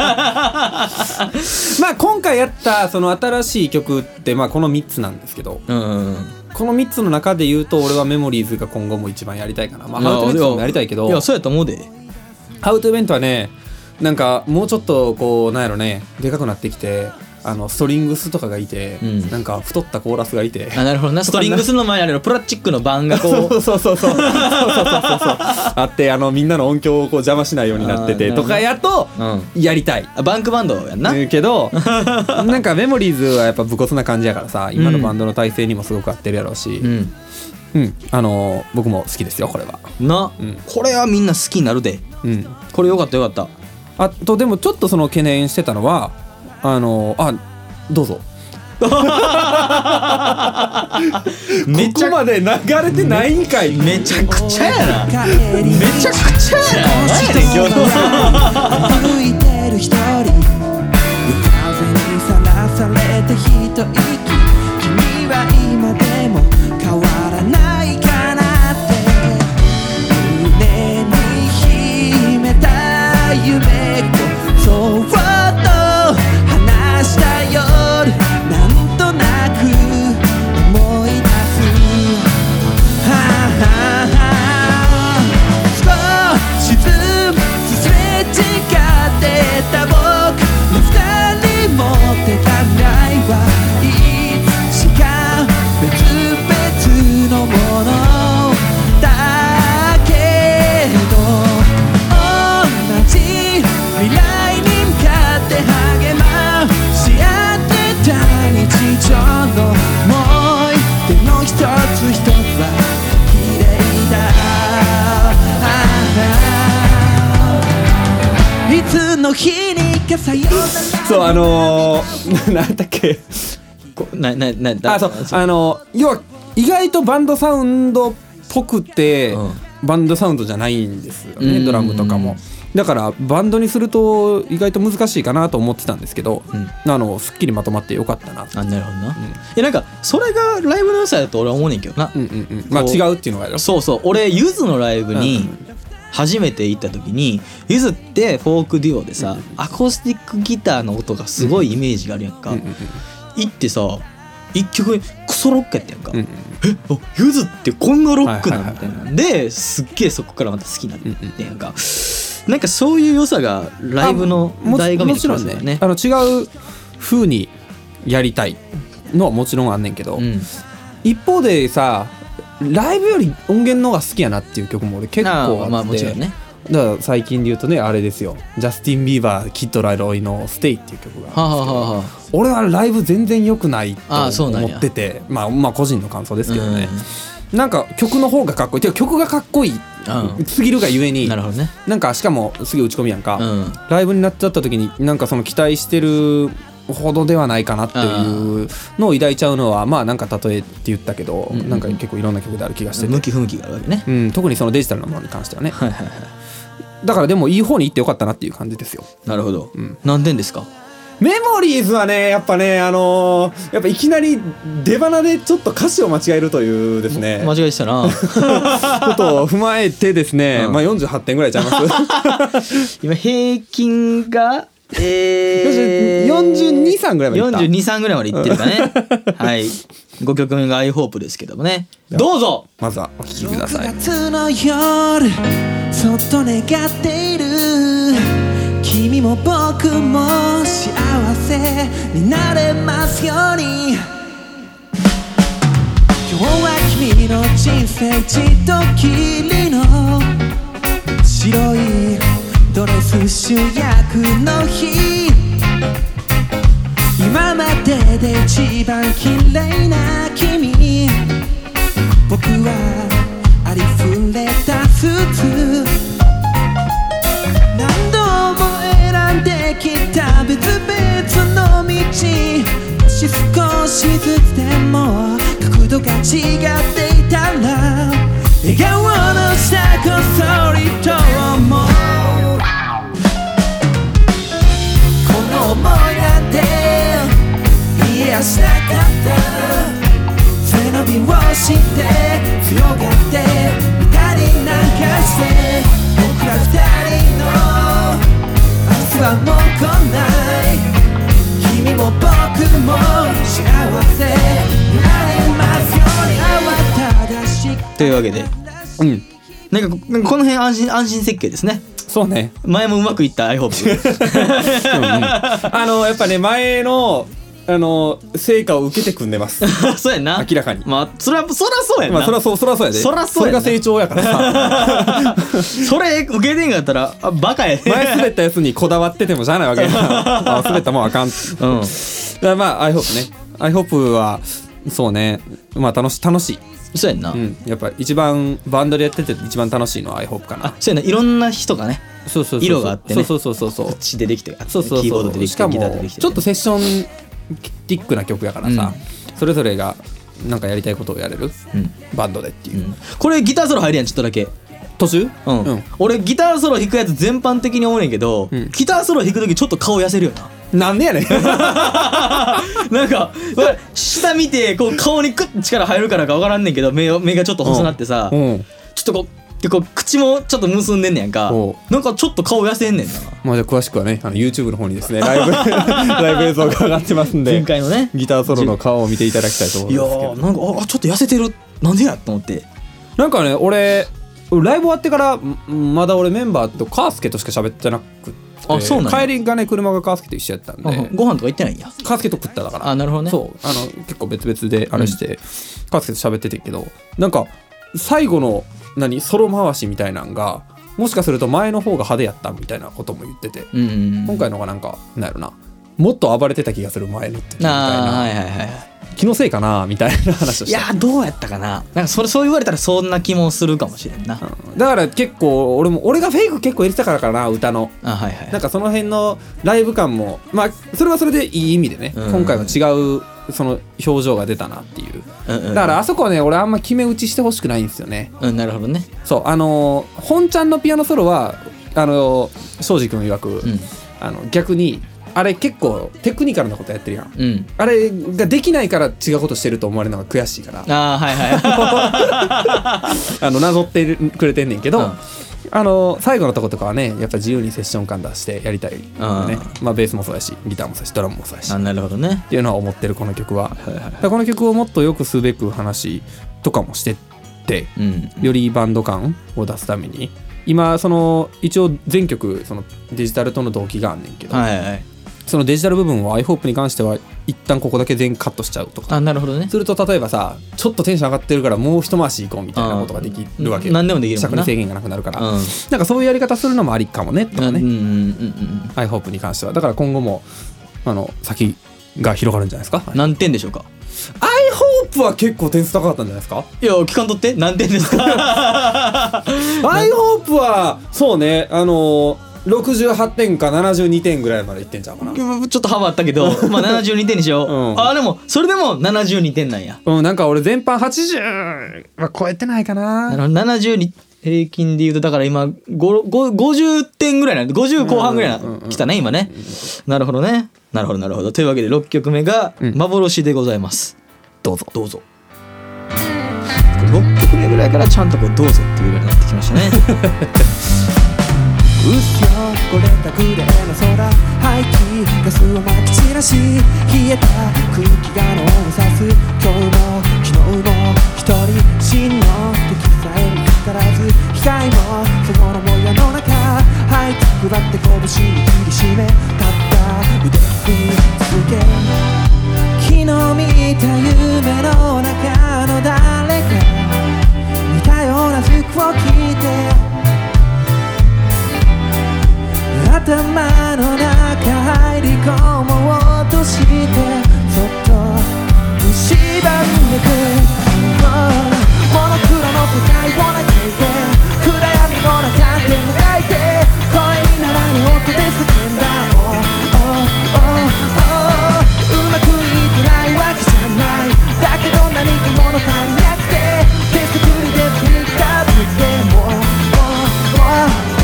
まあ今回やったその新しい曲ってまあこのみっつなんですけど、うんうんうん、このみっつの中で言うと俺はメモリーズが今後も一番やりたいかな。まあハウトゥーベントもやりたいけど、 いやそうやと思うで。 ハウトゥーベントはねなんかもうちょっとこうなんやろねでかくなってきてあのストリングスとかがいて、うん、なんか太ったコーラスがいてあなるほどなストリングスの前にあるプラスチックの盤がこうそうそうそうそうそうそうそうそうあってあのみんなの音響をこう邪魔しないようになっててとかやとやりたい、 うん、バンクバンドやんなけどなんかメモリーズはやっぱ武骨な感じやからさ今のバンドの体制にもすごく合ってるやろうし、うんうん、あのー、僕も好きですよこれはな、うん、これはみんな好きになるで、うん、これよかったよかった。 あとでもちょっとその懸念してたのはあのー、あどうぞめここまで流れてないんかい。 めちゃくちゃやなめちゃくちゃやな歩いてる一人風にさらされて一息君は今でも変わらないかなって胸に秘めた夢とそっと話した夜なんとなく思い出すははは少しずつすれ違ってた僕の二人持ってた未来はいつしか別々のものだけど同じ未来に向かって励まし合ってた日常の思い出の一つ一つは綺麗だいつの日にかさよならそうあのー、なんだっけなななあそうあのー、要は意外とバンドサウンドっぽくて、うん、バンドサウンドじゃないんですよねドラムとかも。だからバンドにすると意外と難しいかなと思ってたんですけど、うん、あのすっきりまとまってよかったな。 あなるほどな、うん、いやなんかそれがライブの良さだと俺は思うねんけどな、うんうんうん、まあ違うっていうのがやろ。 そうそう俺ゆずのライブに初めて行った時にゆずってフォークデュオでさ、うんうん、アコースティックギターの音がすごいイメージがあるやんか、うんうんうん、行ってさ一曲クソロックやったやんか、うんうん、えあゆずってこんなロックなんみたいなですっげえそこからまた好きになってやんか、うんうんなんかそういう良さがライブの醍醐味ですよね。もちろんねあの違う風にやりたいのはもちろんあんねんけど、うん、一方でさライブより音源の方が好きやなっていう曲も俺結構あって、あまあもちろんね、だから最近で言うとねあれですよジャスティン・ビーバーキッド・ラロイのステイっていう曲があるんですけど、はあはあ、俺はライブ全然良くないと思っててまあまあ個人の感想ですけどね、うん、なんか曲の方がかっこいいてか曲がかっこいいすぎるがゆえに なるほど、ね、なんかしかもすぐ打ち込みやんか、うん、ライブになっちゃった時になんかその期待してるほどではないかなっていうのを抱いちゃうのはまあなんか例えって言ったけど、うんうん、なんか結構いろんな曲である気がしてて向き不向きがあるわけね、 うん、特にそのデジタルなものに関してはね、はいはいはい、だからでもいい方に行ってよかったなっていう感じですよ。 なるほど、うん、何点ですか。 メモリーズはねやっぱねあのー、やっぱいきなり出花でちょっと歌詞を間違えるというですね間違えてたなことを踏まえてですね、うん、まあよんじゅうはってんぐらいちゃいます今平均がえー、 よんじゅうに、さんぐらいまでいった。 よんじゅうに、さんぐらいまでいってるかねはいごきょくめが アイホープ ですけどもね、どうぞまずはお聴きください。 ろくがつの夜そっと願っている君も僕も幸せになれますように、今日は君の人生一度きりの白いドレス主役の日、今までで一番綺麗な君、僕はありふれたスーツ何度も選んできた別々の道、もし少しずつでも角度が違っていたら笑顔の下こそりと思う、この想いなんて癒やしなかった、背伸びをして強がって二人なんかして、僕ら二人の明日はもう来ない、君も僕も幸せになれますように、慌ただしくというわけで、 うんなんかこの辺安心安心設計ですね。 そうね、 前もうまくいった アイホープうん、うん、あのやっぱね前のあの成果を受けて組んでますそうやな、 明らかに。 まあそらそらそうやな、 まあそらそうそらそうやで、 そらそうやな、 それが成長やからさそれ受けてんかったらあバカやね前滑ったやつにこだわっててもしゃあないわけやあ滑ったもんあかん、うん、だからまあ アイホープ ね アイホープ はそうねまあ楽し楽しい、 そうやんな、 うん、やっぱ一番バンドでやってて一番楽しいのは アイホープ かな。 あ、そうやな、いろんな人がね、 そうそうそうそう色があってね、 そうそうそうそうこっちでできて、 そうそうそう、 キーボードでできて、 しかもギターでできて、 ちょっとセッションティックな曲やからさ、うん、それぞれがなんかやりたいことをやれる、うん、バンドでっていう、うん、 これギターソロ入るやん、ちょっとだけ途中、 うんうん、俺ギターソロ弾くやつ全般的に思うねんけど、うん、ギターソロ弾くときちょっと顔痩せるよな。 なんでやねんなんか下見てこう顔にクッと力入るからか分からんねんけど、目を目がちょっと細なってさ、うん、ちょっとこうでこう口もちょっと結んでんねやんか、なんかちょっと顔痩せんねんな。 まあじゃあ詳しくはねあの YouTube の方にですねライブライブ映像が上がってますんで、 前回のねギターソロの顔を見ていただきたいと思いますけど、いやーなんかあちょっと痩せてる、なんでやと思って、 なんかね俺ライブ終わってからまだ俺メンバーとカースケとしか喋ってなくて、あそうなん帰りがね車がカースケと一緒やったんで、 ご飯とか行ってないんや。 カースケと食っただから。 あなるほどね。 そうあの結構別々であれして、うん、カースケと喋っててけど、なんか最後の何ソロ回しみたいなんがもしかすると前の方が派手やったみたいなことも言ってて、うんうんうん、今回のがなんかなんやろな、もっと暴れてた気がする前のってみたいな、 はいはいはい、 気のせいかなみたいな話をして、いやどうやったかな、なんかそれそう言われたらそんな気もするかもしれんな、 うん、だから結構俺も俺がフェイク結構入れてたからかな歌の、 あ、はいはい、 なんかその辺のライブ感もまあそれはそれでいい意味でね、うん、今回は違うその表情が出たなっていう、うんうんうん、だからあそこはね俺あんま決め打ちしてほしくないんですよね、 うん、なるほどね。 そうあのー、本ちゃんのピアノソロはあのー、庄司君曰く、うん、あの逆にあれ結構テクニカルなことやってるやん、うん、あれができないから違うことしてると思われるのが悔しいから、 あ、はいはいあのなぞってくれてんねんけど、うん、あの最後のとことかはねやっぱ自由にセッション感出してやりたい、ね、まあベースもそうやしギターもそうやしドラムもそうやし、 あ、なるほどねっていうのは思ってるこの曲は、はいはいはい、この曲をもっとよくすべく話とかもしてって、うん、よりバンド感を出すために今その一応全曲そのデジタルとの同期があんねんけど、はいはい、そのデジタル部分を アイホープ に関しては一旦ここだけ全カットしちゃうとか、 あ、なるほどね。 すると例えばさちょっとテンション上がってるからもう一回し行こうみたいなことができるわけよ。 何でもできるもんな、 尺に制限がなくなるから、うん、なんかそういうやり方するのもありかもねとかね、うんうんうんうん、アイホープ に関してはだから今後もあの先が広がるんじゃないですか。 何点でしょうか。 アイホープ は結構点数高かったんじゃないですか。 いや期間取って何点ですか。 アイホープ はそうねあのろくじゅうはってんかななじゅうにてんぐらいまでいってんちゃうかな。 ちょっと幅あったけどまあななじゅうにてんにしよう、うん、あでもそれでもななじゅうにてんなんや。 うんなんか俺全般はちじゅうは超えてないかな。 ななじゅうに平均で言うとだから今ごじゅってんぐらいなんでごじゅう後半ぐらいな、うんうんうん、来たね今ね、うんうん、なるほどね。 なるほどなるほど。というわけでろっきょくめが幻でございます、 うん、どうぞどうぞ。ろっきょくめぐらいからちゃんとこうどうぞっていうようになってきましたねうっすよこれだグレーの空排気ガスをまき散らし冷えた空気が脳を刺す今日も昨日も一人真の敵さえ見つからず光もそのもやの中這いつくばって拳に握りしめたった腕振り続け昨日見た夢の中の誰か似たような服を着て頭の中入り込もうとしてそっと蝕んでくモノクロの世界を嘆いて暗闇の中でもがいて声にならぬ音で叫んだ Oh, oh, oh, oh うまくいってないわけじゃないだけど何か物足りなくて手作りで振りかぶっても Oh, oh, oh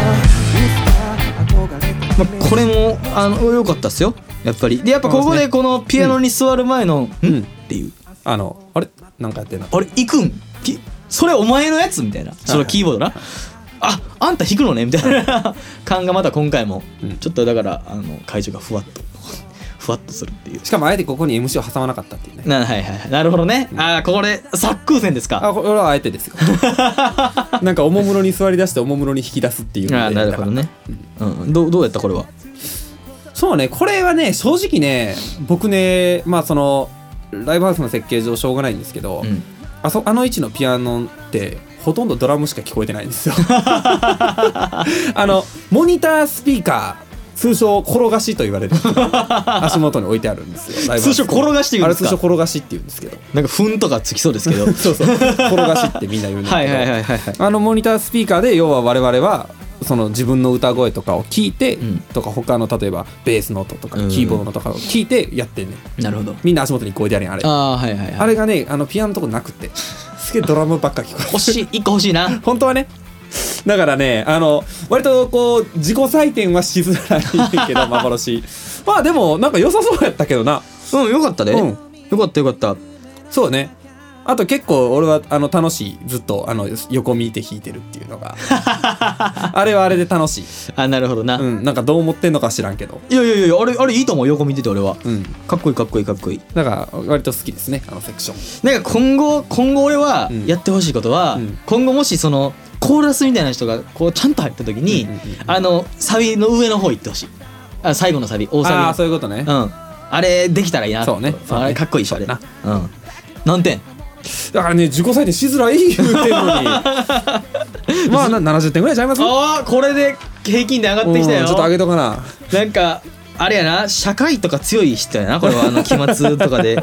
まあ、これもあの良かったっすよやっぱり。でやっぱここでこのピアノに座る前の「うん?」っていうあのあれなんかやってんのあれ行くんそれお前のやつみたいなそのキーボードなああんた弾くのねみたいな感がまた今回もちょっとだからあの会場がふわっとふわっとするっていう。 しかもあえてここに エムシー を挟まなかったっていうね。 なはいはいなるほどね、うん、あこれサックーセンですか。 あこれはあえてですよなんかおもむろに座り出しておもむろに引き出すっていうので。 あなるほどね、うんうん、ど, どうやったこれは。 そうねこれはね正直ね僕ねまあそのライブハウスの設計上しょうがないんですけど、うん、あ, そあの位置のピアノってほとんどドラムしか聞こえてないんですよあのモニタースピーカー通称転がしと言われる足元に置いてあるんですよ。 通称転がしって言うんですか。 あれ通称転がしって言うんですけどなんか糞とかつきそうですけどそうそう転がしってみんな言うんですけどはいはいはいはい、はい、あのモニタースピーカーで要は我々はその自分の歌声とかを聞いて、うん、とか他の例えばベースの音とかキーボードの音とかを聞いてやってんね、 うん、なるほど。 みんな足元に聞こえてやるんあれ。 あ、はいはいはい、 あれがねあのピアノのとこなくてすげえドラムばっか聞こえて欲しい一個欲しいな本当はね。だからねあの割とこう自己採点はしづらいけど幻まあでもなんか良さそうやったけどな。 うんよかったね、うん、よかったよかった。 そうね。あと結構俺はあの楽しいずっとあの横見て弾いてるっていうのがあれはあれで楽しい。 あなるほどな、 うん、なんかどう思ってんのか知らんけどいやいやいやあれあれいいと思う横見てて俺は、うん、かっこいいかっこいいかっこいい。 だから割と好きですねあのセクション。なんか今後今後俺はやってほしいことは、うん、今後もしそのコーラスみたいな人がこうちゃんと入った時に、うんうんうんうん、あのサビの上の方行ってほしい。あ最後のサビ大サビ。 ああそういうことね。 うんあれできたらいいな。 そうね。そうねあれかっこいいしあれな。うん何点。 だからね自己採点しづらい言うてんのにまあなななじゅってんぐらいちゃいます。 ああこれで平均で上がってきたよ、うん、 ちょっと上げとかな。 なんかあれやな社会とか強い人やなこれはあの期末とかで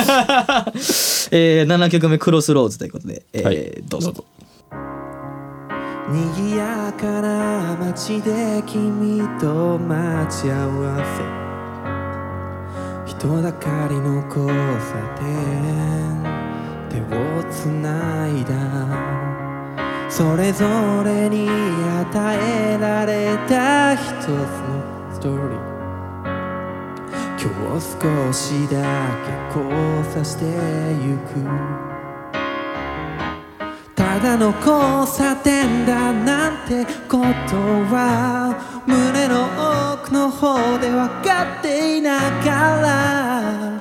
えー、ななきょくめクロスローズということで、えーはい、どうぞ。 賑やかな街で君と待ち合わせ人だかりの交差点手をつないだそれぞれに与えられた一つのストーリー今日少しだけ交差してゆくただの交差点だなんてことは胸の奥の方で分かっていながら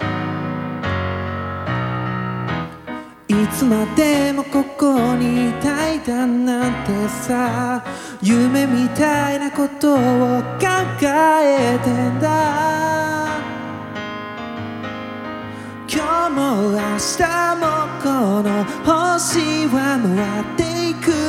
いつまでもここにいたいだなんてさ夢みたいなことを考えてんだ今日も明日もこの星は回っていく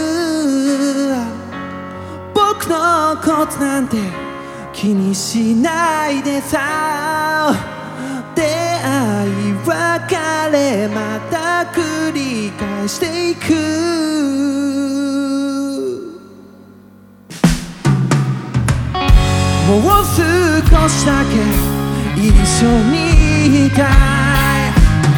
僕のことなんて気にしないでさ出会い別れまた繰り返していくもう少しだけ一緒にいたい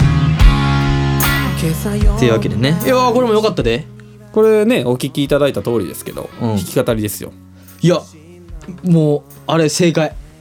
っていうわけでね。いやこれも良かったで。 これねお聞きいただいた通りですけど、うん、弾き語りですよ。 いやもうあれ正解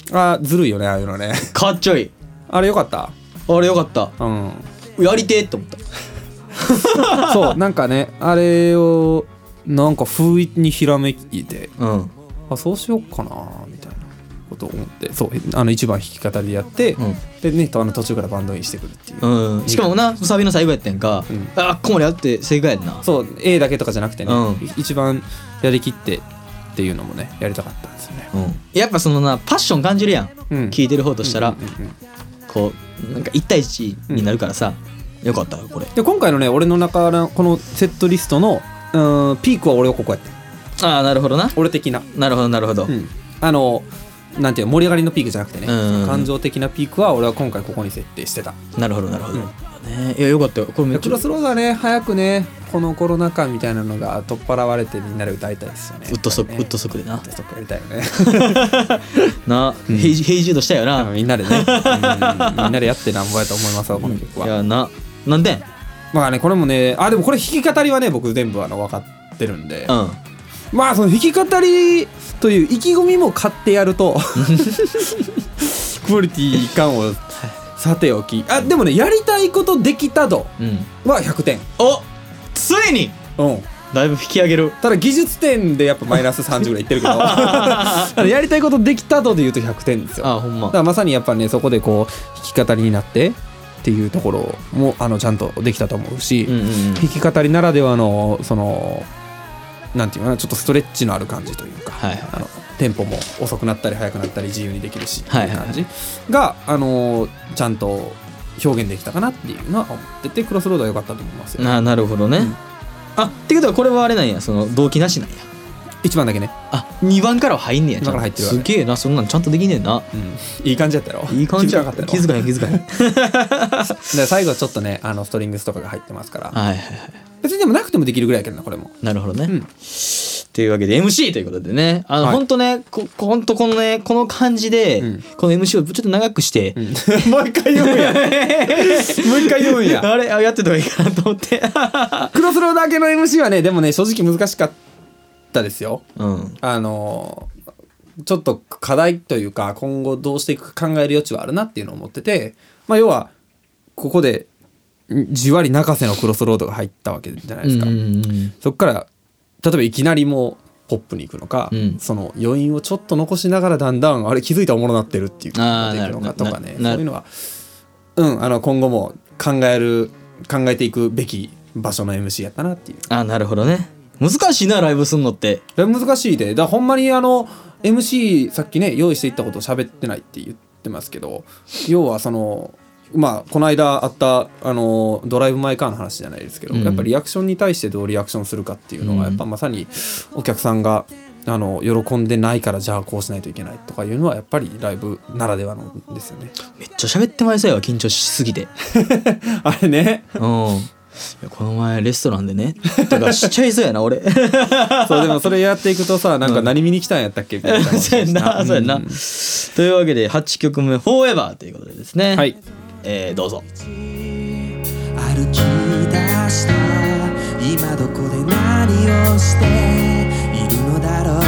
あずるいよねああいうのねかっちょいい。 あれよかった。 あれよかった。 うんやりてーって思ったそうなんかねあれをなんか不意にひらめいて、 うん、 あそうしようかなみたいなことを思って、そうあの一番弾き語りでやって、うん、でねあの途中からバンドインしてくるっていう、 うん、しかもなサビの最後やってんか、うん、あっこまでやって正解やんな。そう A だけとかじゃなくてね、うん、一番やりきってっていうのもねやりたかったんですよね、 うん、やっぱそのなパッション感じるやん、うん、聴いてる方としたら、うんうんうんうん、こうなんかいち対いちになるからさ、うん、よかったよこれで今回のね俺の中のこのセットリストのうんピークは俺はここやって。 ああなるほどな。 俺的な。 なるほどなるほど、 うん、あのなんていう盛り上がりのピークじゃなくてね、うんうん、感情的なピークは俺は今回ここに設定してた。 なるほどなるほど、うんね、いやよかったよこれめっちゃ。 クロスロードはね早くねこのコロナ禍みたいなのが取っ払われてみんなで歌いたいですよね。 ウッドソック、ね、ウッドソックでなウッドソックやりたいよねな、うん、ヘイジュードしたよなみんなでね、うん、みんなでやってなんぼやと思いますわこの曲は。 いやななんでまあねこれもねあでもこれ弾き語りはね僕全部あの分かってるんで、うん、まあその弾き語りという意気込みも買ってやるとクオリティ感をさておき、あでもねやりたいことできた度はひゃくてん、うん、 おついに、うん、だいぶ引き上げる。 ただ技術点でやっぱマイナスさんじゅうぐらいいってるけどやりたいことできた度でいうとひゃくてんですよ。 あほんま。 だからまさにやっぱねそこでこう弾き語りになってっていうところもあのちゃんとできたと思うし、うんうんうん、弾き語りならではのそのなんていうかなちょっとストレッチのある感じというか、はいはい、あのテンポも遅くなったり速くなったり自由にできるしっていう感じが、あのちゃんと表現できたかなっていうのは思っててクロスロードは良かったと思いますよ。 な, なるほどね、うん、あってことはこれはあれなんやその動機なしなんや。 いちばんだけね。 あにばんからは入んねや。 にばんから入ってるわ。 すげえなそんなんちゃんとできねえな、 うん、いい感じやったろ。 いい感じやったよ。気づかへん気づかへんで最後はちょっとねあのストリングスとかが入ってますから、はいはいはい、別にでもなくてもできるぐらいやけどなこれも。 なるほどね、うん、というわけで エムシー ということでねあの、はい、ほんとねこほんとこのねこの感じで、うん、この エムシー をちょっと長くして、 うん、もう一回読むやもう一回読むやあれあやってた方がいいかなと思ってクロスローだけの エムシー はねでもね正直難しかったですよ、うん、あのちょっと課題というか今後どうしていくか考える余地はあるなっていうのを思ってて、まあ、要はここでじわり中瀬のクロスロードが入ったわけじゃないですか、うんうんうん、そこから例えばいきなりもうポップに行くのか、うん、その余韻をちょっと残しながらだんだんあれ気づいたらおもろなってるっていうことができるのかとかねそういうのは、うん、あの今後も考える考えていくべき場所の エムシー やったなっていう。 あなるほどね。難しいなライブすんのって。 難しいでだほんまにあの エムシー さっきね用意していったことを喋ってないって言ってますけど要はそのまあこの間あったあのドライブ・マイ・カーの話じゃないですけど、うん、やっぱりリアクションに対してどうリアクションするかっていうのがやっぱまさにお客さんがあの喜んでないからじゃあこうしないといけないとかいうのはやっぱりライブならではのですよね。 めっちゃ喋ってまいそうやわ緊張しすぎてあれねうんこの前レストランでねとかしちゃいそうやな俺そうでもそれやっていくとさなんか何見に来たんやったっけみたいなそうやなそうやな、うん、というわけではちきょくめフォーエバーということでですねはい、えー、どうぞ。歩き出した今どこで何をしているのだろう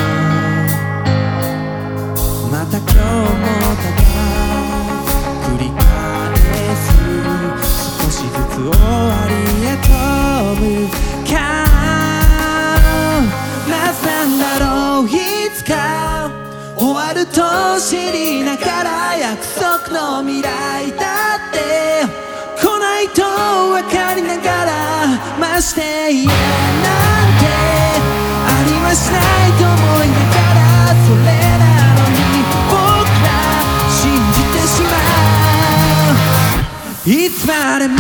また今日もただ繰り返す少しずつ終わりへと向かうなぜなんだろういつか終わると知りながら約束の未来だって来ないと分かりながらまして嫌なんてありはしないと思いながらそれなのに僕ら信じてしまういつまでも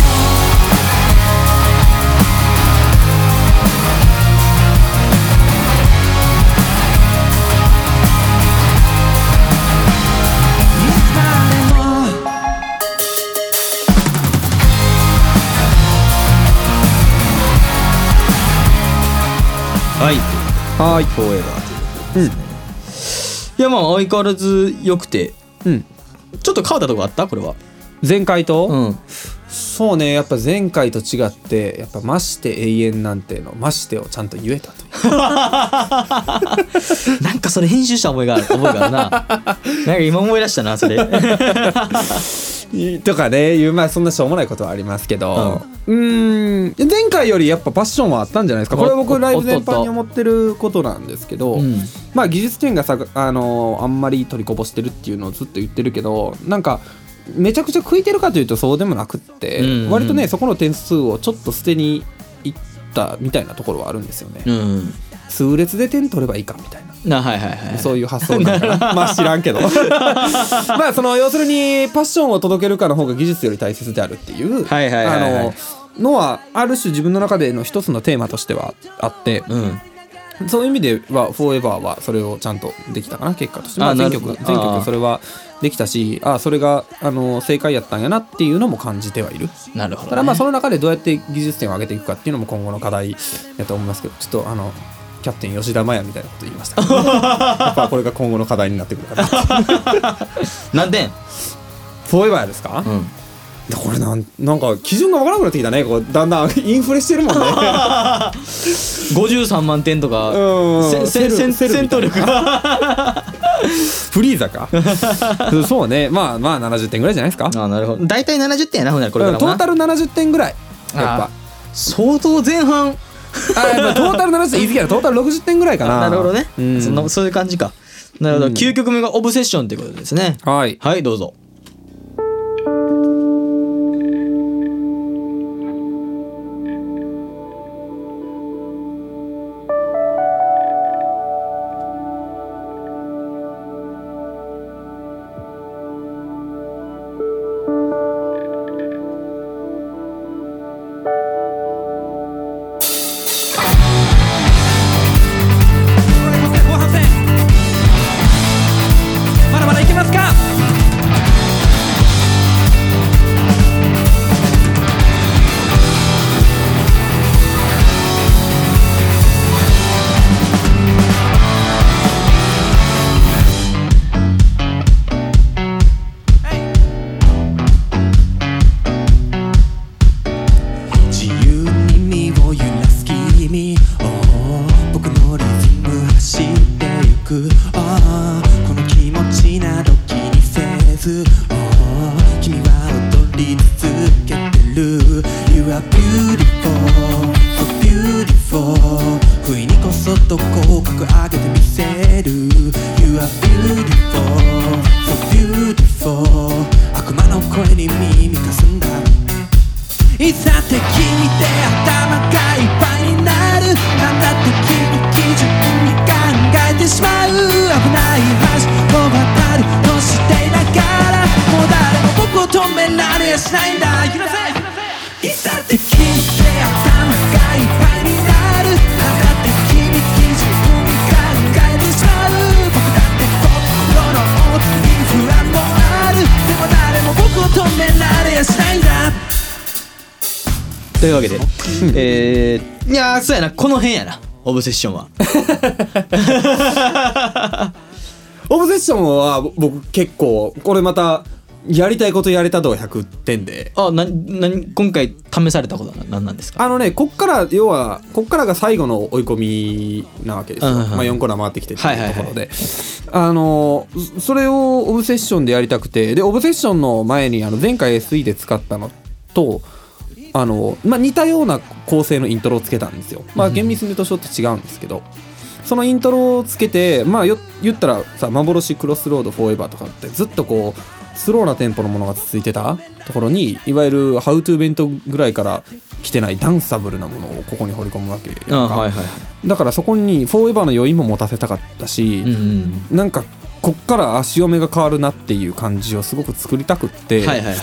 はいはいフォーエバーということですね、うん、いやまあ相変わらず良くて、うん、ちょっと変わったとこあったこれは前回と、うん、 そうね、やっぱ前回と違ってやっぱまして永遠なんてのましてをちゃんと言えたとなんかそれ編集した覚えがある覚えがあるななんか今思い出したなそれとかねいう、まあそんなしょうもないことはありますけど、うん、うーん前回よりやっぱパッションはあったんじゃないですか。これは僕ライブ全般に思ってることなんですけど、うん、まあ技術点がさ、あのあんまり取りこぼしてるっていうのをずっと言ってるけど、なんかめちゃくちゃ食いてるかというとそうでもなくって、うんうん、割とねそこの点数をちょっと捨てにいったみたいなところはあるんですよね、うん、数列で点取ればいいかみたいなな、はいはいはい、そういう発想なんかなまあ知らんけどまあその要するにパッションを届けるかの方が技術より大切であるっていう、はいはいはいはい、あののはある種自分の中での一つのテーマとしてはあって、うんそういう意味ではフォーエバーはそれをちゃんとできたかな結果として、まあ、全曲全曲それはできたし、あそれがあの正解やったんやなっていうのも感じてはいる。なるほど、ね、ただまあその中でどうやって技術点を上げていくかっていうのも今後の課題やと思いますけど、ちょっとあのキャプテン吉田麻也みたいなこと言いましたけどやっぱこれが今後の課題になってくるかな何点フォーエバーですか、うんこれなん、なんか基準がわからなくなってきたね。こうだんだんインフレしてるもんねごじゅうさんまんてんとか戦闘力がフリーザかそうね、まあまあななじゅってんぐらいじゃないですか。 あなるほど、大体ななじゅってんやなほんならこれからもな、 トータルななじゅってんぐらいやっぱ相当前半あやっぱトータルななじゅってん言い過ぎやな、トータルろくじゅってんぐらいかな。 なるほどね、うん、そんなそういう感じか。なるほど、うん、きゅうきょくめがオブセッションということですね。はいはいどうぞ。というわけで、えー、いやーそうやな、この辺やなオブセッションはオブセッションは僕結構これまたやりたいことやれた度はひゃくてんで、 あなな今回試されたことは何なんですか。 あのねこっから要はこっからが最後の追い込みなわけですよ、うんうん、まあ、よんコーナー回ってきてっていうところで、はいはいはい、あのそれをオブセッションでやりたくて、でオブセッションの前にあの前回 エスイー で使ったのとあの、まあ、似たような構成のイントロをつけたんですよ。まあ厳密に言うとちょっと違うんですけど、そのイントロをつけて、まあよ言ったらさ、幻クロスロードフォーエバーとかってずっとこうスローなテンポのものが続いてたところに、いわゆるハウトゥーベントぐらいから来てないダンサブルなものをここに掘り込むわけやんか、はいはい、だからそこにフォーエバーの余韻も持たせたかったし、うんうん、なんかこっから足読めが変わるなっていう感じをすごく作りたくって、はいはいはいはい、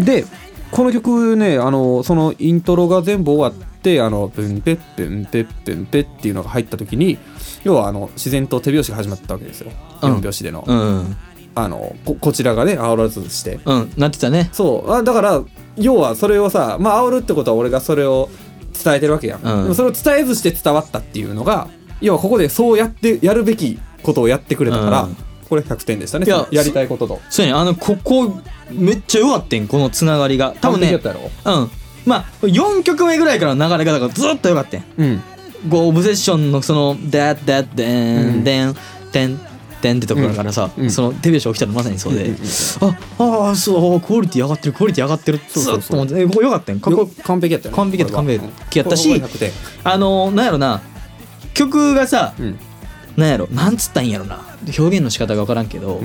でこの曲ね、あのそのイントロが全部終わってあのプンペップンペップンペッっていうのが入った時に、要はあの自然と手拍子が始まったわけですよ、うん、よん拍子での、うん、あの こ, こちらがね煽らずして、 うん、なってたね。 そうあだから要はそれをさ、まあ煽るってことは俺がそれを伝えてるわけやん、うん、でもそれを伝えずして伝わったっていうのが、要はここでそうやってやるべきことをやってくれたから、うん、これひゃくてんでしたね。や, やりたいことと。 そうやね、あのここめっちゃ良かったんこのつながりが多分ね。 完璧やったやろ。 うんまあよんきょくめぐらいからの流れがだからずっと良かったん。 うんこうオブセッションのそのダッダッデンデンデンデンってところからさ、 うん、 その手拍子起きたのまさにそうで、 うんうんうん、ああそうクオリティ上がってるクオリティ上がってるずっと思ってここ良かったんかっこ完璧やったよね。 完璧やった完璧やったし、 ひゃくてんあのなんやろな曲がさ、うん、なんやろなんつったんやろな表現の仕方が分からんけど、うん、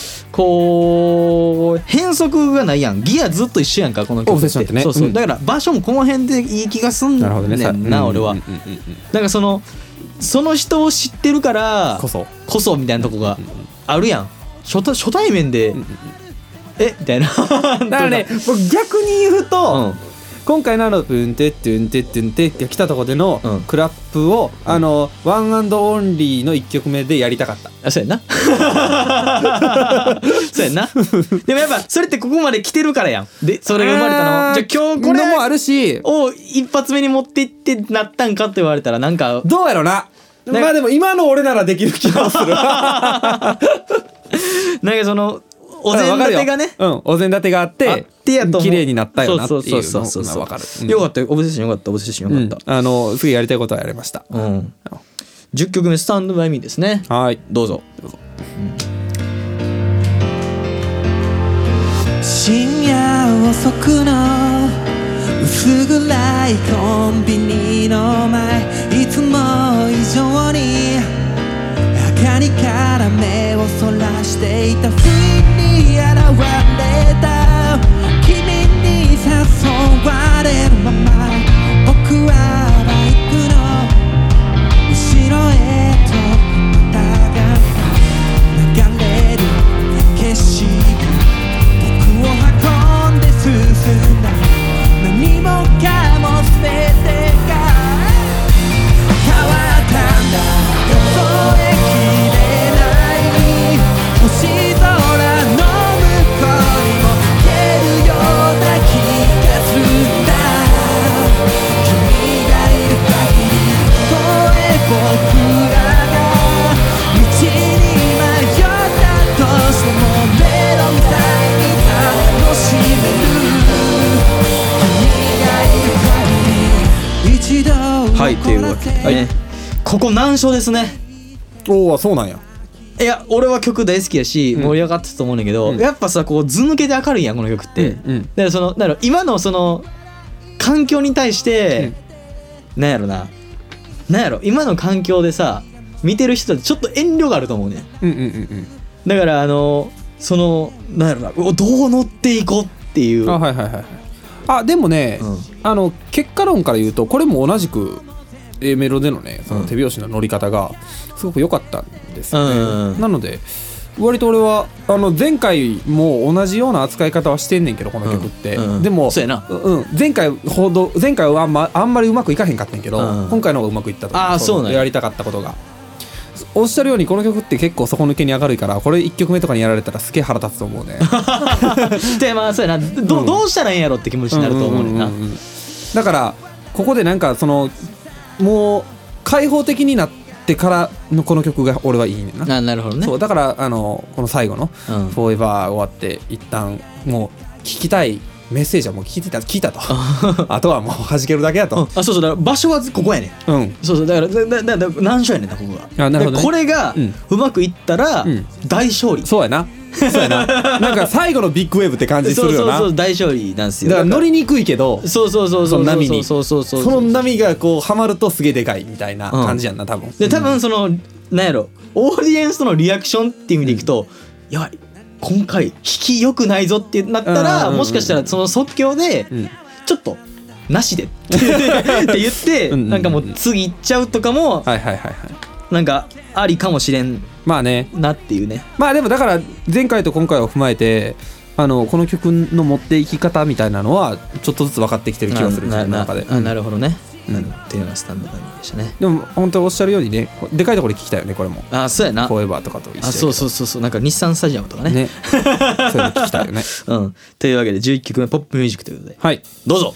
こう変則がないやんギアずっと一緒やんかこの曲って。 オブセッションってね。 そうそう、 うん、 だから場所もこの辺でいい気がすんねん な, ねな俺は、うんうんうんうん、だからそのその人を知ってるからこそこそみたいなとこがあるやん 初, 初対面で、うんうんうん、えみたいなだからね逆に言うと、うん今回のあのブンテッテンテッテンテって来たとこでのクラップを、うん、あのワンアンドオンリーのいっきょくめでやりたかった。 あそうやなそうやなでもやっぱそれってここまで来てるからやんでそれが生まれたのじゃあ今日これもあるしを一発目に持っていってなったんかって言われたらなんかどうやろな。まあでも今の俺ならできる気がするなんかそのお膳立てがね、 うん、お膳立てがあってあってやと綺麗になったよなっていうのそうそうそうが分かる、うん、 よかったよオブセッションよかったオブセッションよかった、 うん、あの次やりたいことはやりました、 うん、じゅっきょくめスタンドバイミーですね。 はいどうぞどうぞ、うん、 深夜遅くの薄暗いコンビニの前いつも以上に明かりから目をそらしていた不意に現れた君に誘われるまま僕はバイクの後ろへとまたが流れる景色僕を運んで進んだ何もかも全てが変わったんだ数えきれない星空の向こうにも行けるような気がするんだ君がいる限りたとえ僕らが道に迷ったとしてもメロンみたいに楽しめる君がいる限り一度はいというわけでね、はい、ここ難所ですね。 おおそうなんや。 いや俺は曲大好きやし盛り上がってたと思うんだけど、うん、やっぱさこう図抜けで明るいやんこの曲って、うんうん、だからそのだから今のその環境に対して、うん、なんやろななんやろ今の環境でさ見てる人ってちょっと遠慮があると思うね、うんうんうんうん、だからあのそのなんやろなどう乗っていこうっていうあはいはいはいあでもね、うん、あの結果論から言うとこれも同じく A メロでのねその手拍子の乗り方がすごく良かったんですよね、うん、なので割と俺はあの前回も同じような扱い方はしてんねんけどこの曲って、うんうん、でもそうやな、 うん、前回ほど前回はあんま、あんまりうまくいかへんかったんやけど、うん、今回の方がうまくいったとあそうなんややりたかったことがおっしゃるようにこの曲って結構底抜けに明るいからこれいっきょくめとかにやられたらすげえ腹立つと思うねでまあそうやな ど,、うん、どうしたらいいんやろって気持ちになると思うねんな、うんうんうんうん、 だからここでなんかそのもう開放的になってからのこの曲が俺はいいねんな。 あなるほどね。 そうだからあのこの最後の「フォーエバー」終わって一旦もう聞きたいメッセージはもう聞いてた聞いたとあとはもう弾けるだけやと、うん、 あそうそうだから場所はここやねん、うん、そうそうだからだだだ難所やねんなここが。あなるほど、ね、これがうまくいったら大勝利、 うん、そうやなそうやななんか最後のビッグウェーブって感じするよな。 そうそうそう大勝利なんですよ。 だから乗りにくいけどそうそうそうそう波にそうそうそうその波がこうハマるとすげえでかいみたいな感じやんな多分、うん、 で多分そのなんやろオーディエンスとのリアクションっていう意味でいくと、うん、やばい今回引き良くないぞってなったら、もしかしたらその即興でちょっとなしでって言ってなんかもう次行っちゃうとかもなんかありかもしれんまあねなっていうね。 まあでもだから前回と今回を踏まえてあのこの曲の持っていき方みたいなのはちょっとずつ分かってきてる気がする自分の中で。 あなるほどね、うん、っていうのがスタンドバイミーでしたね。 でも本当におっしゃるようにねでかいところで聞きたいよねこれも。 あそうやなフォーエバーとかと一緒。 あそうそうそうそうなんか日産スタジアムとかね、ねそういうの聞きたいよねうんというわけでじゅういっきょくめポップミュージックということではいどうぞ。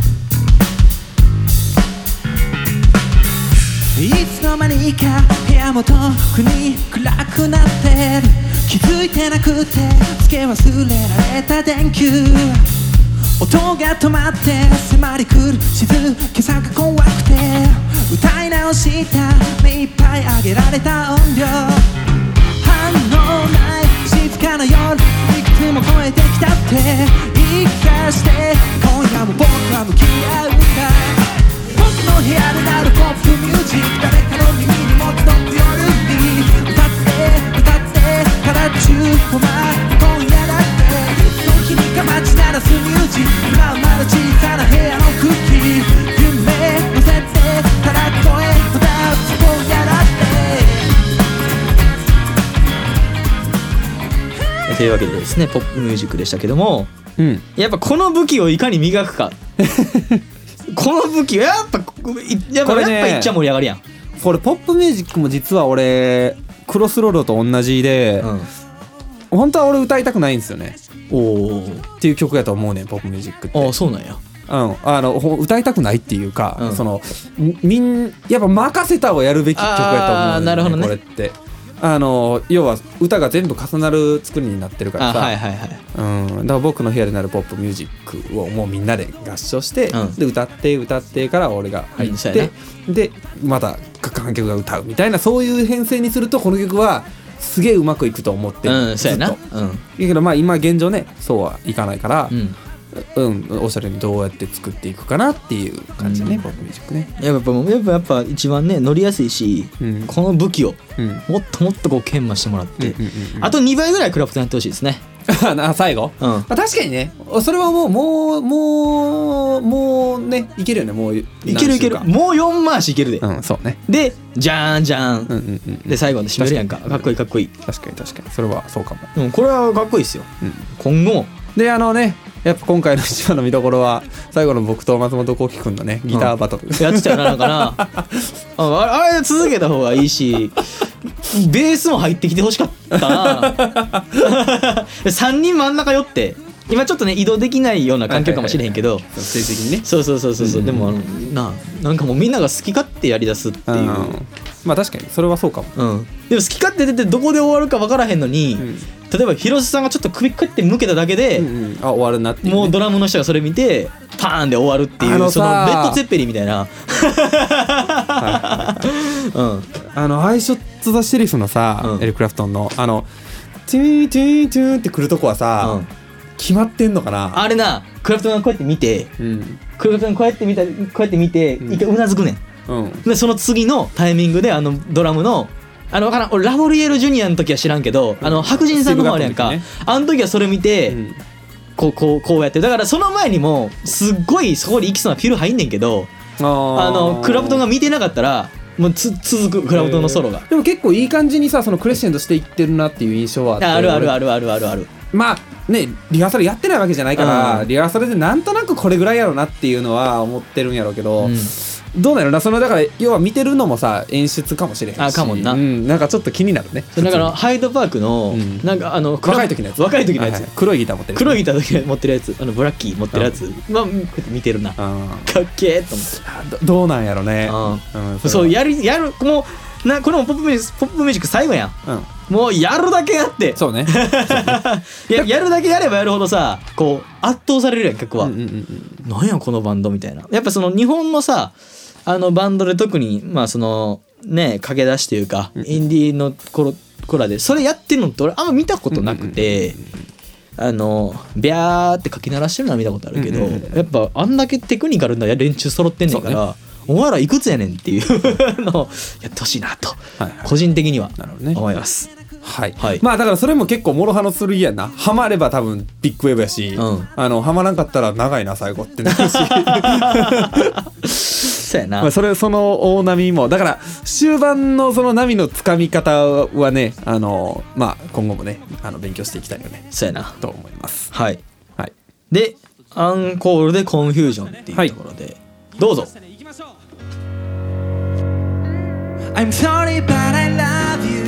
いつの間にか部屋夜も遠くに暗くなってる気づいてなくてつけ忘れられた電球音が止まって迫り来る静けさが怖くて歌い直した目いっぱい上げられた音量反応ない静かな夜いくつも超えてきたって言い聞かして今夜も僕は向き合うんだ僕の部屋で鳴るポップミュージック誰かの耳にも届く夜に歌って歌ってから中止ま今夜だって時にか待ち鳴らすミュージック今はまだ小さな部屋の空気夢乗せてただ声を出す今夜だってというわけでですねポップミュージックでしたけども、 うん、 やっぱこの武器をいかに磨くかこの武器はやっぱやっぱ、ね、やっぱいっちゃ盛り上がりやんこれポップミュージックも実は俺クロスロードと同じで、うん、本当は俺歌いたくないんですよねおっていう曲やと思うねんポップミュージックってあそうなんやうん、あの歌いたくないっていうか、 うん、 そのみんやっぱ任せたをやるべき曲やと思う、ね、 あなるほどねこれってあの要は歌が全部重なる作りになってるからさ、 はいはいはいうん、だから僕の部屋でなるポップミュージックをもうみんなで合唱して、うん、で歌って歌ってから俺が入って、うん、でまた観客が歌うみたいなそういう編成にするとこの曲はすげえうまくいくと思ってる、 うん、そうやな、うん、 だけどまあ今現状ねそうはいかないから、 うんうん、おっしゃるようにどうやって作っていくかなっていう感じね、うん、ポップミュージックねやっぱやっぱやっぱ一番ね乗りやすいし、うん、この武器をもっともっとこう研磨してもらって、うんうんうんうん、あとにばいぐらいクラフトやってほしいですね最後、うんまあ、確かにねそれはもうもうもうもうねいけるよねもういけるいけるもうよん回しいけるで、 うん、そうねでじゃーんじゃーん、うんうんうん、で最後まで締めるやんかかっこいいかっこいい確かに確かにそれはそうかも、 うん、これはかっこいいですよ、うん、今後もであのねやっぱ今回の一番の見どころは最後の僕と松本幸輝くんのねギターバトル、うん、 やってたよななんかなあ, あれ続けた方がいいしベースも入ってきてほしかったなさんにん真ん中寄って今ちょっとね移動できないような環境かもしれへんけど成績にねそうそうそうそう、うん、でもあのななんかもうみんなが好き勝手やりだすっていう、うん、 まあ確かにそれはそうかも、 うん、でも好き勝手出てどこで終わるか分からへんのに、うん、例えば広瀬さんがちょっと首こうやって向けただけで、うんうん、あ終わるなっていう、ね、 もうドラムの人がそれ見てパーンで終わるっていうそのレッド・ツェッペリンみたいなあのアイショット・ザ・シェリフのさ、うん、エリック・クラプトンのあのチューチューチューってくるとこはさ、うん、決まってんのかなあれなクラプトンがこうやって見て、うん、クラプトンがこうやって見たこうやって見て、うん、一回うなずくねん、うん、でその次のタイミングであのドラムのあの分からん俺ラボリエルジュニアの時は知らんけど、うん、あの白人さんの方あるやんか、ね、あの時はそれ見て、うん、こうこうこうやってだからその前にもすっごいそこに行きそうなフィル入んねんけどあのクラプトンが見てなかったらもうつ続くクラプトンのソロがでも結構いい感じにさそのクレッシェンドしていってるなっていう印象はあってあるあるあるあるあるあるまあねリハーサルやってないわけじゃないから、うん、リハーサルでなんとなくこれぐらいやろうなっていうのは思ってるんやろうけど、うん、どうなるなそのだから要は見てるのもさ演出かもしれへんしあかもな、 うん、なんかちょっと気になるねだからハイドパークの、うん、なんかあの若い時のやつ若い時のやつ、はいはい、 黒いギター持ってる、ね、 黒いギター持ってるやつあのブラッキー持ってるやつ、うん、まあこうやって見てるなかっけーと思ってどうなんやろね、 うんうん、そうやるやるもうなこのポップミュージックポップミュージック最後やん、うん、もうやるだけやってそうねや, やるだけやればやるほどさこう圧倒されるやん曲は、うんうんうん、なんやこのバンドみたいなやっぱその日本のさあのバンドで特にまあそのね駆け出しというか、うん、インディーの頃頃でそれやってるのって俺あんま見たことなくて、うんうん、あのビャーって書き鳴らしてるのは見たことあるけど、うんうんうん、やっぱあんだけテクニカルな連中揃ってんねんから、ね、お前らいくつやねんっていうのをやってほしいなと、はいはい、個人的には思います。 はい、はい、まあだからそれも結構諸刃の剣やなハマれば多分ビッグウェブやし、うん、あのハマらんかったら長いな最後ってなるしそうやな、 まあ、それその大波もだから終盤のその波のつかみ方はねあのまあ今後もねあの勉強していきたいよねそうやなと思いますはい、 はい、 でアンコールでコンフュージョンっていうところで、はい、どうぞ I'm sorry but I love you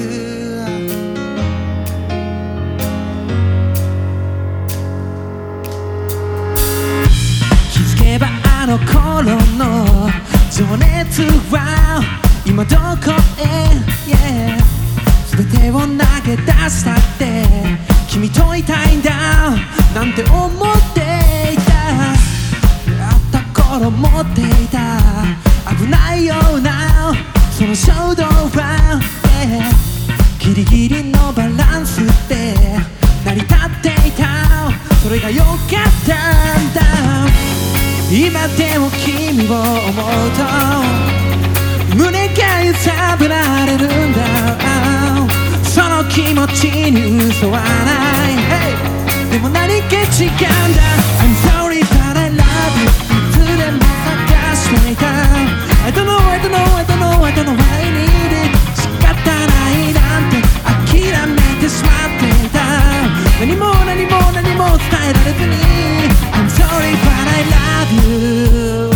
あの頃の情熱は今今どこへ、yeah、全てを投げ出したって君といたいんだなんて思っていた。やった頃持っていた危ないようなその衝動は、yeah、ギリギリのバランスで成り立っていた。それが良かったんだ。今でも君を思うと胸が揺さぶられるんだ。その気持ちに嘘はない、hey、でも何か違うんだ。 I'm sorry but I love you いつでも探していた。 I don't know I don't know I don't know I don't know why I need it 仕方ないなんて諦めてしまっていた。何も何も何も伝えられずに I'm sorry but I love you。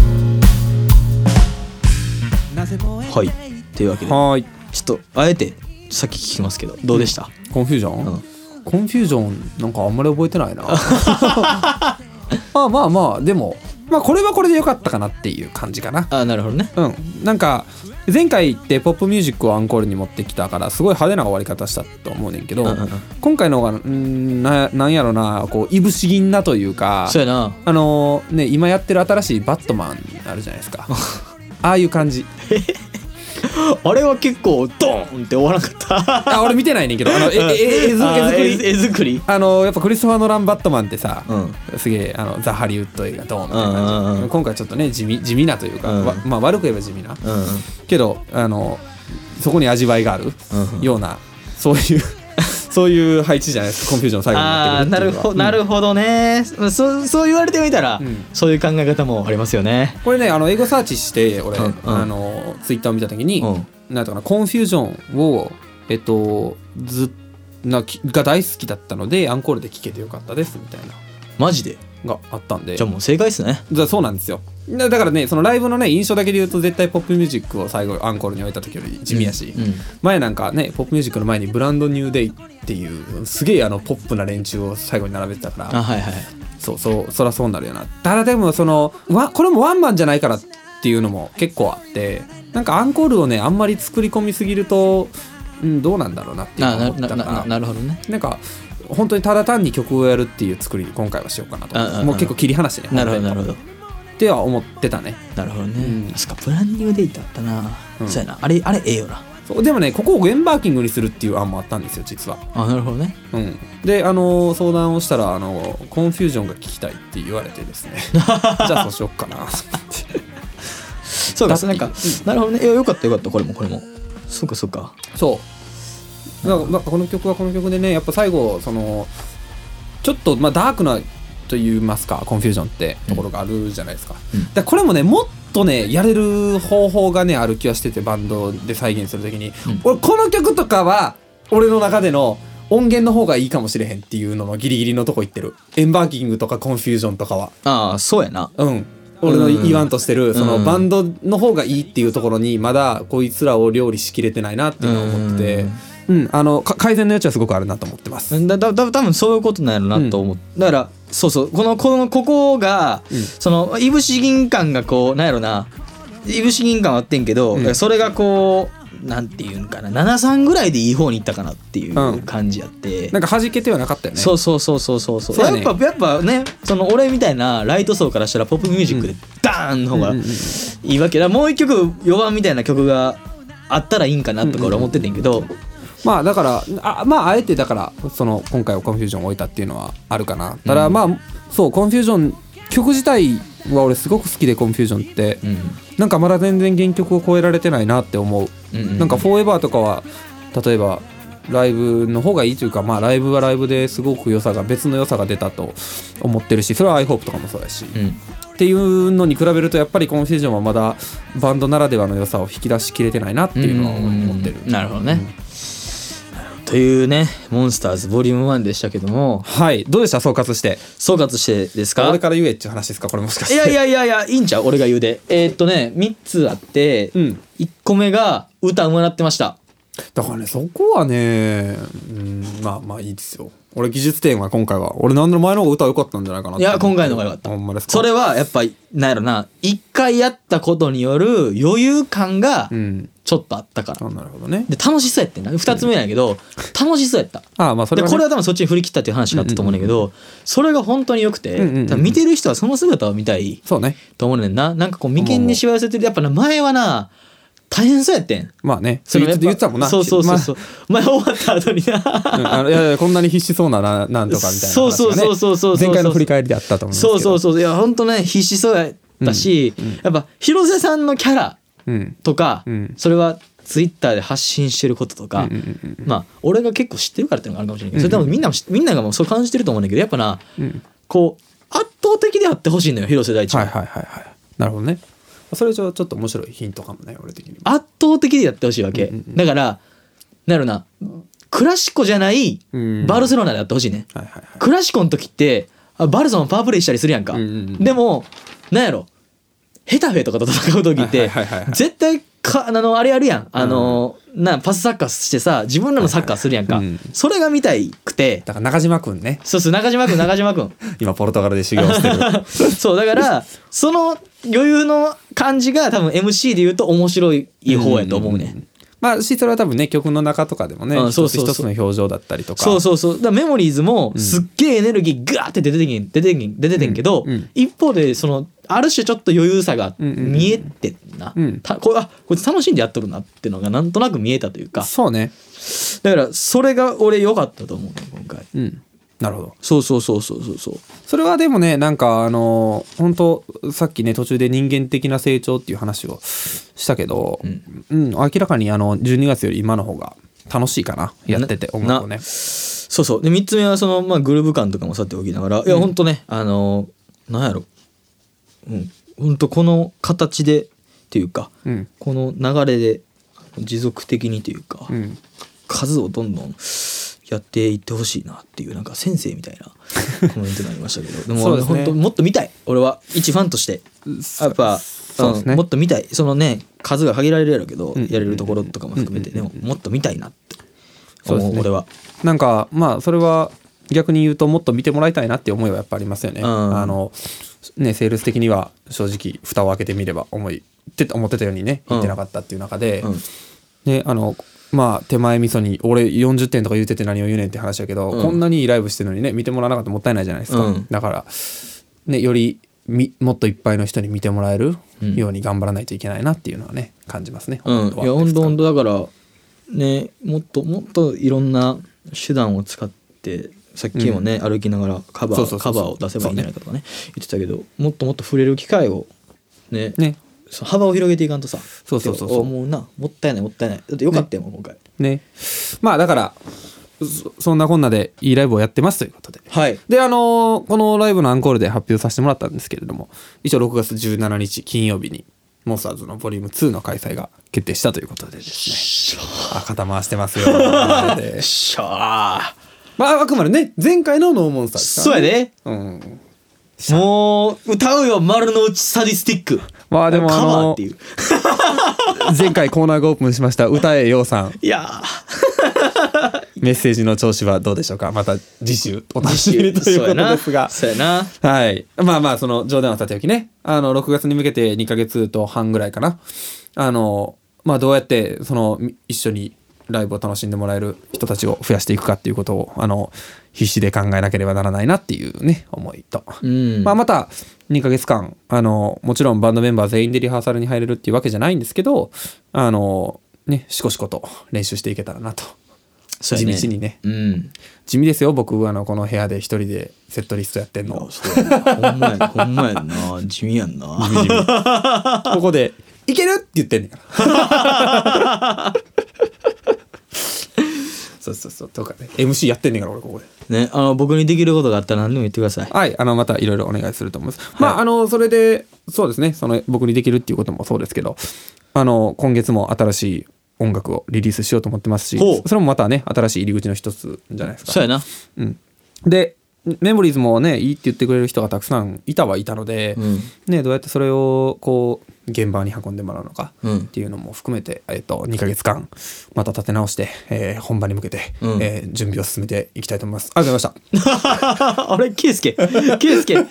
はいというわけで、 はいちょっとあえてさっき聞きますけどどうでした、 コンフュージョン、うん、コンフュージョンなんかあんまり覚えてないなまあまあまあでもまあこれはこれで良かったかなっていう感じかな。 あ、なるほどね。 うん、なんか前回ってポップミュージックをアンコールに持ってきたからすごい派手な終わり方したと思うねんけど、うんうんうん、今回の方がん な, なんやろなこういぶし銀なというか、 そうやな、 あのー、ね今やってる新しいバットマンあるじゃないですかああいう感じあれは結構ドーンって終わらなかったあ俺見てないねんけどあのええ絵作り絵作りあのやっぱクリストファー・ノラン・バットマンってさ、 うん、 すげえあのザ・ハリウッド映画ドーンみたいな感じ、うんうんうん、今回ちょっとね地味地味なというか、うんまあ、悪く言えば地味な、うんうん、けどあのそこに味わいがあるような、うんうん、そういうそういう配置じゃないですかコンフュージョン最後になってくるっていうのは。あ、なるほど、 なるほどね、うん、そ, そう言われてみたら、うん、そういう考え方もありますよね。 これねあの英語サーチして俺、うんうん、あのツイッターを見た時に、うん、なんとかなコンフュージョンをえっとずなが大好きだったのでアンコールで聴けてよかったですみたいなマジでがあったんで、 じゃあもう正解ですね。 そうなんですよ。だからねそのライブのね印象だけで言うと絶対ポップミュージックを最後アンコールに置いた時より地味やし、うんうん、前なんかねポップミュージックの前にブランドニューデイっていうすげえあのポップな連中を最後に並べてたから、 あ、はいはい、 そうそうそらそうなるよな。ただでもそのわこれもワンマンじゃないからっていうのも結構あって、なんかアンコールをねあんまり作り込みすぎると、うん、どうなんだろうなっていうのを思ったから、 な, な, な, なるほどね。 なんか本当にただ単に曲をやるっていう作りに今回はしようかなと、ああもう結構切り離してね。 なるほどなるほどっては思ってたね。 なるほどね、うん、確かブランニューデイトあったな、うん、そうやな、あれあれええよな。 そうでもねここをウェンバーキングにするっていう案もあったんですよ実は。 あ、なるほどね、 うん、であの相談をしたらあのコンフュージョンが聞きたいって言われてですねじゃあそうしよっかなそうかなんか、うん、なるほどね。いやよかったよかったこれもこれもそうかそうかそうだからなんかこの曲はこの曲でねやっぱ最後そのちょっとまあダークなと言いますかコンフュージョンってところがあるじゃないですか、うん、だからこれもねもっとねやれる方法がねある気はしててバンドで再現するときに、うん、俺この曲とかは俺の中での音源の方がいいかもしれへんっていうののギリギリのとこ行ってる。エンバーキングとかコンフュージョンとかはああそうやな、 うん俺の言わんとしてるそのバンドの方がいいっていうところにまだこいつらを料理しきれてないなっていうのを思ってて、うん、あの改善の余地はすごくあるなと思ってます。 だだだ多分そういうことなんやろなと思う、うん、だからそうそうこのこのここが、うん、そのいぶし銀感がこうなんやろないぶし銀感はあってんけど、うん、それがこうなんていうんかなななさんぐらいでいい方にいったかなっていう感じやって、うん、 なんか弾けてはなかったよね。 そうそうそうそうそうそう、ね、やっぱやっぱねその俺みたいなライト層からしたらポップミュージックでダーンの方がいいわけだ。もう一曲よばんみたいな曲があったらいいんかなとか俺思っててんけど、うんうんうん、まあだからあまああえてだからその今回はコンフュージョンを置いたっていうのはあるかな。ただまあ、うん、そうコンフュージョン曲自体は俺すごく好きでコンフュージョンって、うん、なんかまだ全然原曲を超えられてないなって思う、うんうんうん、なんかフォーエバーとかは例えばライブの方がいいというか、まあライブはライブですごく良さが別の良さが出たと思ってるし、それは iHope とかもそうだし、うん、っていうのに比べるとやっぱりコンフュージョンはまだバンドならではの良さを引き出しきれてないなっていうのは思ってる。 なるほどね、うん、というねモンスターズボリュームワンでしたけども、 はいどうでした総括して。 総括してですか。 俺から言えっていう話ですかこれもしかして。 いやいやいやいやいいんちゃう俺が言うで。えー、っとねみっつあって、うん、いっこめが歌うまなってました。 だからねそこはね、うん、まあまあいいですよ。 俺技術点は今回は俺なんで前の方が歌良かったんじゃないかなって。 いや今回の方が良かった。 ほんまですか。 それはやっぱなんやろな、一回やったことによる余裕感がちょっとあったから、 うん、なるほどね。 で楽しそうやってんな。二つ目やけど、うん、楽しそうやった。 ああまあそれは、ね、 でこれは多分そっちに振り切ったっていう話があったと思うんだけど、うんうんうん、それが本当に良くて、うんうんうん、多分見てる人はその姿を見たいと思うねんな。なんかこう眉間にしわ寄せてる。やっぱな前はな大変そうやってん。 まあね、それ言ってたもんな。 そうそうそうそう、まあ、前終わった後にな、 うん、あのいやいやこんなに必死そうなななんとかみたいな話がね、 そうそうそうそうそう前回の振り返りであったと思うんですけど、 そうそうそう、いや本当ね必死そうやったし、うんうん、やっぱ広瀬さんのキャラとか、うん、それはツイッターで発信してることとか、うんうんうんうん、まあ俺が結構知ってるからっていうのがあるかもしれないけど、それ多分みんなもみんながもうそう感じてると思うんだけど、やっぱな、うん、こう圧倒的であってほしいのよ広瀬大地は。 はいはいはいはい。なるほどね。それじゃちょっと面白いヒントかもね俺的に。 圧倒的でやってほしいわけ、うんうんうん、だからなるな、クラシコじゃないバルセロナでやってほしいね、うんはいはいはい、クラシコの時ってバルサもパワープレイしたりするやんか、うんうんうん、でもなんやろヘタフェとかと戦う時って絶対かあのあれやるやん、あの、うん、なパスサッカーしてさ自分らのサッカーするやんか、はいはいはい、うん、それが見たいくて。 だから中島くんね。 そうそう中島くん中島くん今ポルトガルで修行してるそうだからその余裕の感じが多分 エムシー で言うと面白い方やと思うね、うんうんうん、 まあしそれは多分ね曲の中とかでもね、うん、一つ一つの表情だったりとか、 そうそうそう、だからメモリーズもすっげえエネルギーガーって出てけん出てけん出ててんけど、うんうん、一方でそのある種ちょっと余裕さが見えてんな、うんうんうん、たこれあこいつ楽しんでやっとるなっていうのがなんとなく見えたというか。 そうね。 だからそれが俺良かったと思うね今回、 うん、なるほど。 そうそうそうそうそうそう。 それはでもねなんかあの本当さっきね途中で人間的な成長っていう話をしたけど、うんうん、明らかにあのじゅうにがつより今の方が楽しいかなやってて思うとね。 そうそう。でみっつめはその、まあ、グルーヴ感とかもさっておきながら、うん、いやほんとねあのなんやろ、うん、ほんとこの形でっていうか、うん、この流れで持続的にというか、うん、数をどんどんやっていってほしいなっていうなんか先生みたいなコメントになりましたけどでも、ね、本当もっと見たい俺は一ファンとしてやっぱ、うんね、もっと見たいそのね数が限られるやろうけど、うん、やれるところとかも含めて、うん、でももっと見たいなって思う、そうですね、俺はなんかまあそれは逆に言うともっと見てもらいたいなっていう思いはやっぱありますよね、うん、あのねセールス的には正直蓋を開けてみれば思いって思ってたようにね言ってなかったっていう中で、うんうん、ねあのまあ手前味噌に俺よんじゅってんとか言うてて何を言うねんって話だけど、うん、こんなにいいライブしてるのにね見てもらわなかったらもったいないじゃないですか、うん、だからねよりみもっといっぱいの人に見てもらえるように頑張らないといけないなっていうのはね感じますね、うん、いや本当本当だからねもっともっといろんな手段を使ってさっきもね、うん、歩きながらカバー、そうそうそうそう、カバーを出せばいいんじゃないかとかね言ってたけどもっともっと触れる機会をねね幅を広げていかんとさそうそうそうそう思うなもったいないもったいないだってよかったよ、ね、今回ねまあだからそ, そんなこんなでいいライブをやってますということで、 はい、 であのー、このライブのアンコールで発表させてもらったんですけれども一応ろくがつじゅうしちにち金曜日にモンスターズのボリュームツーの開催が決定したということでですねあ肩回してますよでしゃまああくまでね前回のノーモンスターズ、ね、 そうやで、うん、もう歌うよ丸の内サディスティックまあでもあの前回コーナーがオープンしました歌えようさんいやメッセージの調子はどうでしょうかまた次週お楽しみにということですがそうやなはいまあまあその冗談はさておきねあのろくがつに向けてにかげつとはんぐらいかなあのまあどうやってその一緒にライブを楽しんでもらえる人たちを増やしていくかっていうことをあの必死で考えなければならないなっていうね思いと、うんまあ、またにかげつかんあのもちろんバンドメンバー全員でリハーサルに入れるっていうわけじゃないんですけどあのねしこしこと練習していけたらなと、ね、地道にね、うん、地味ですよ僕あのこの部屋で一人でセットリストやってんのほんまやほんまやんな地味やんな地味地味ここでいけるって言ってんねんからそうそうそうとかね エムシー やってんねんから俺ここでねあの僕にできることがあったら何でも言ってくださいはいあのまたいろいろお願いすると思います、はい、まああのそれでそうですねその僕にできるっていうこともそうですけどあの今月も新しい音楽をリリースしようと思ってますしそれもまたね新しい入り口の一つじゃないですかそうやなうんでメモリーズもねいいって言ってくれる人がたくさんいたはいたので、 うんね、どうやってそれをこう現場に運んでもらうのかうんっていうのも含めて、えー、とにかげつかんまた立て直して、えー本番に向けて、 うんえー準備を進めていきたいと思います。ありがとうございましたあれケイスケケイスケ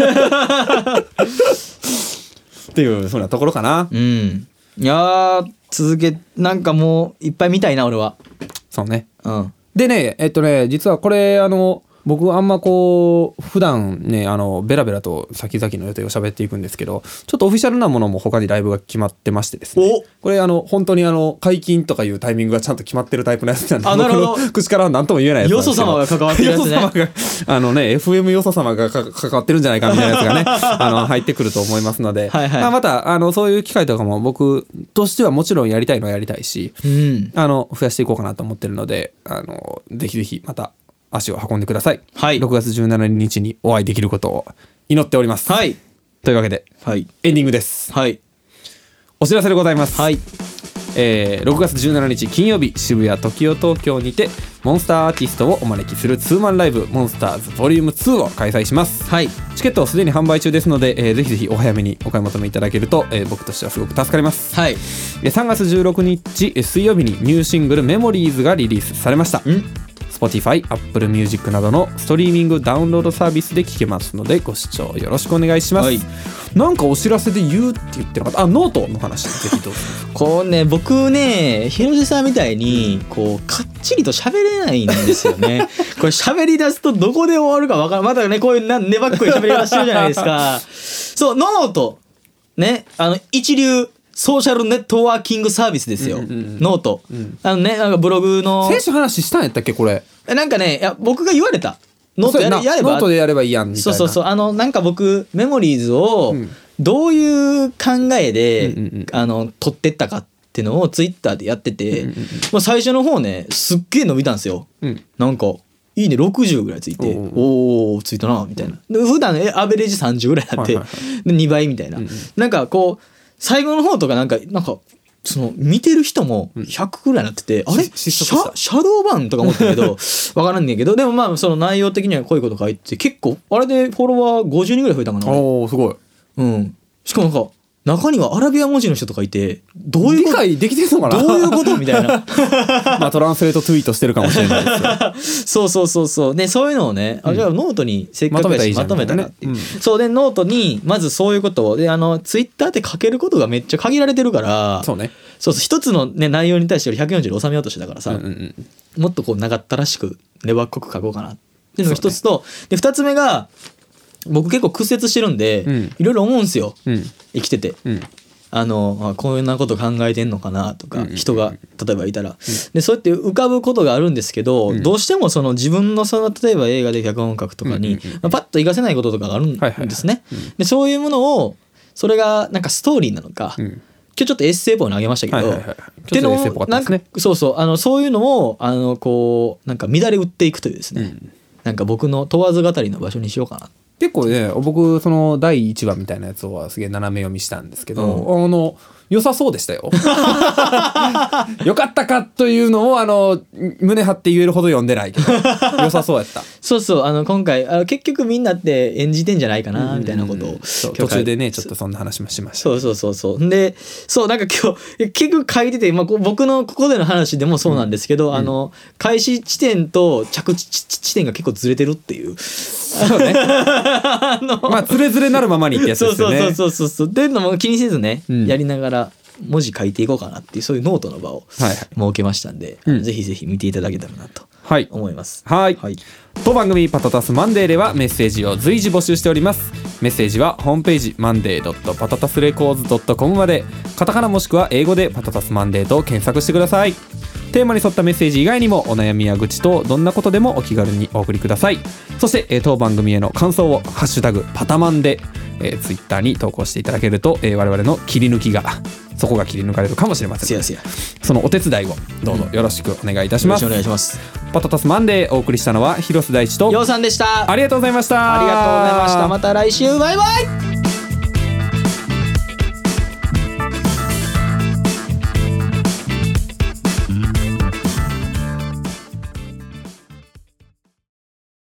っていうそんなところかな。 うんいやー続けなんかもういっぱい見たいな俺は。 そうね。 うんでねえっとね実はこれあの僕あんまこう普段ねあのベラベラと先々の予定を喋っていくんですけど、ちょっとオフィシャルなものも他にライブが決まってましてですね、 おこれあの本当にあの解禁とかいうタイミングがちゃんと決まってるタイプのやつなんで、 あなるほど僕の口からは何とも言えないやつなんよですけど、 そ様が関わってるやつねよそ様があのね エフエム よそ様がか関わってるんじゃないかみたいなやつがねあの入ってくると思いますので、 はいはいまあ、またあのそういう機会とかも僕としてはもちろんやりたいのはやりたいし、 うんあの増やしていこうかなと思ってるので、あのぜひぜひまた足を運んでください。 はいろくがつじゅうしちにちにお会いできることを祈っております。 はいというわけではいエンディングです。 はいお知らせでございます。 はいえーろくがつじゅうしちにち金曜日渋谷トキオ東京にてモンスターアーティストをお招きするツーマンライブモンスターズボリュームツーを開催します。 はいチケットはすでに販売中ですので、えーぜひぜひお早めにお買い求めいただけると、えー僕としてはすごく助かります。 はいえーさんがつじゅうろくにちえー水曜日にニューシングルメモリーズがリリースされました。 ん Spotify、Apple Music などのストリーミングダウンロードサービスで聴けますのでご視聴よろしくお願いします。 はいなんかお知らせで言うって言ってなかった。あ、ノートの話ぜひどうぞ。 こうね僕ね広瀬さんみたいにこうかっちりと喋れないんですよねこれ喋り出すとどこで終わるか分からん。またねこういうな粘っこい喋り方してるじゃないですかそうノートねあの一流ソーシャルネットワーキングサービスですよ、 うんうんうんノート、 うん、 あのねなんかブログの先週話したんやったっけこれ。 えなんかねいや僕が言われたノートやれやればノートでやればいいやんみたいな。 そうそうそうあのなんか僕メモリーズをうんどういう考えで、 うんうんうんあの取ってったかっていうのをツイッターでやってて、 うんうんうんまあ、最初の方ねすっげえ伸びたんですよ。 うんなんかいいねろくじゅうぐらいついておうおうおおついたなみたいなで普段ねアベレージさんじゅうぐらいになって、 はいはいはでにばいみたいな、 うんうんなんかこう最後の方とかなんかなんかその見てる人もひゃくぐらいになってて、あれしシ失速したャシャドーバンとか思ったけどわからんねんけどでもまあその内容的にはこういうこと書いてて結構あれでフォロワーごじゅうにんぐらい増えたかな俺おーすごい。 うんしかもなんか中にはアラビア文字の人とかいてどういう理こと解できてんのかな。 どういうことみたいなまあトランスレートツイートしてるかもしれないですよ。 そうそうそうそうねそういうのをね、あじゃあノートにせっかくやしまとめたらっていう、 うんそうでノートにまずそういうことをであのツイッターって書けることがめっちゃ限られてるからそうね。 そうそう一つの、ね、内容に対してひゃくよんじゅうで収めようとしてたからさ、 うんうんうんもっとこう長ったらしく粘っこく書こうかなっていうのが一つと、で二つ目が僕結構屈折してるんで、 うんいろいろ思うんすようん生きてて。 うんあのあこんなこと考えてんのかなとか、 うんうんうん人が例えばいたら、でそうやって浮かぶことがあるんですけど、 うんどうしてもその自分のその例えば映画で脚本書くとかに、 うんうんうんまあ、パッと活かせないこととかがあるんはいはいはいですね。 うんでそういうものをそれがなんかストーリーなのか、 うん今日ちょっとエッセイっぽいのあげましたけど、 はいはいはいってのちょっとエッセイっぽかったなんかですね。 そうそうあのそういうのをあのこうなんか乱れ打っていくというですね、 うんなんか僕の問わず語りの場所にしようかな。 結構ね僕そのだいいちわみたいなやつをすげえ斜め読みしたんですけど、 うあの良さそうでしたよ。よかったかというのをあの胸張って言えるほど読んでないけど良さそうやった。 そうそうあの今回あの結局みんなって演じてんじゃないかなみたいなことを、 うんそう今日途中でねちょっとそんな話もしました。 そうそうそうそうでそうなんか今日結局書いてて、まあ、こう僕のここでの話でもそうなんですけど、あの開始地点と着地地点が結構ずれてるっていうそうね。 あのまあつれづれなるままにってやつそうそうですよね。 そうそうそうっていうのも気にせずね、 うんやりながら文字書いていこうかなっていうそういうノートの場をはいはい設けましたんで、 うんぜひぜひ見ていただけたらなとはい。 思います。 はい。 はい当番組パタタスマンデーではメッセージを随時募集しております。メッセージはホームページマンデードットパタタスレコーズドットコムまでカタカナもしくは英語でパタタスマンデーと検索してください。テーマに沿ったメッセージ以外にもお悩みや愚痴とどんなことでもお気軽にお送りください。そして、えー当番組への感想をハッシュタグパタマンで、えー、ツイッターに投稿していただけると、えー我々の切り抜きがそこが切り抜かれるかもしれませんので、 せやせやそのお手伝いをどうぞよろしくお願いいたします。 よろしくお願いします。 パタタスマンデーお送りしたのは広瀬大地とようさんでした。 ありがとうございました。 ありがとうございました。また来週バイバイ。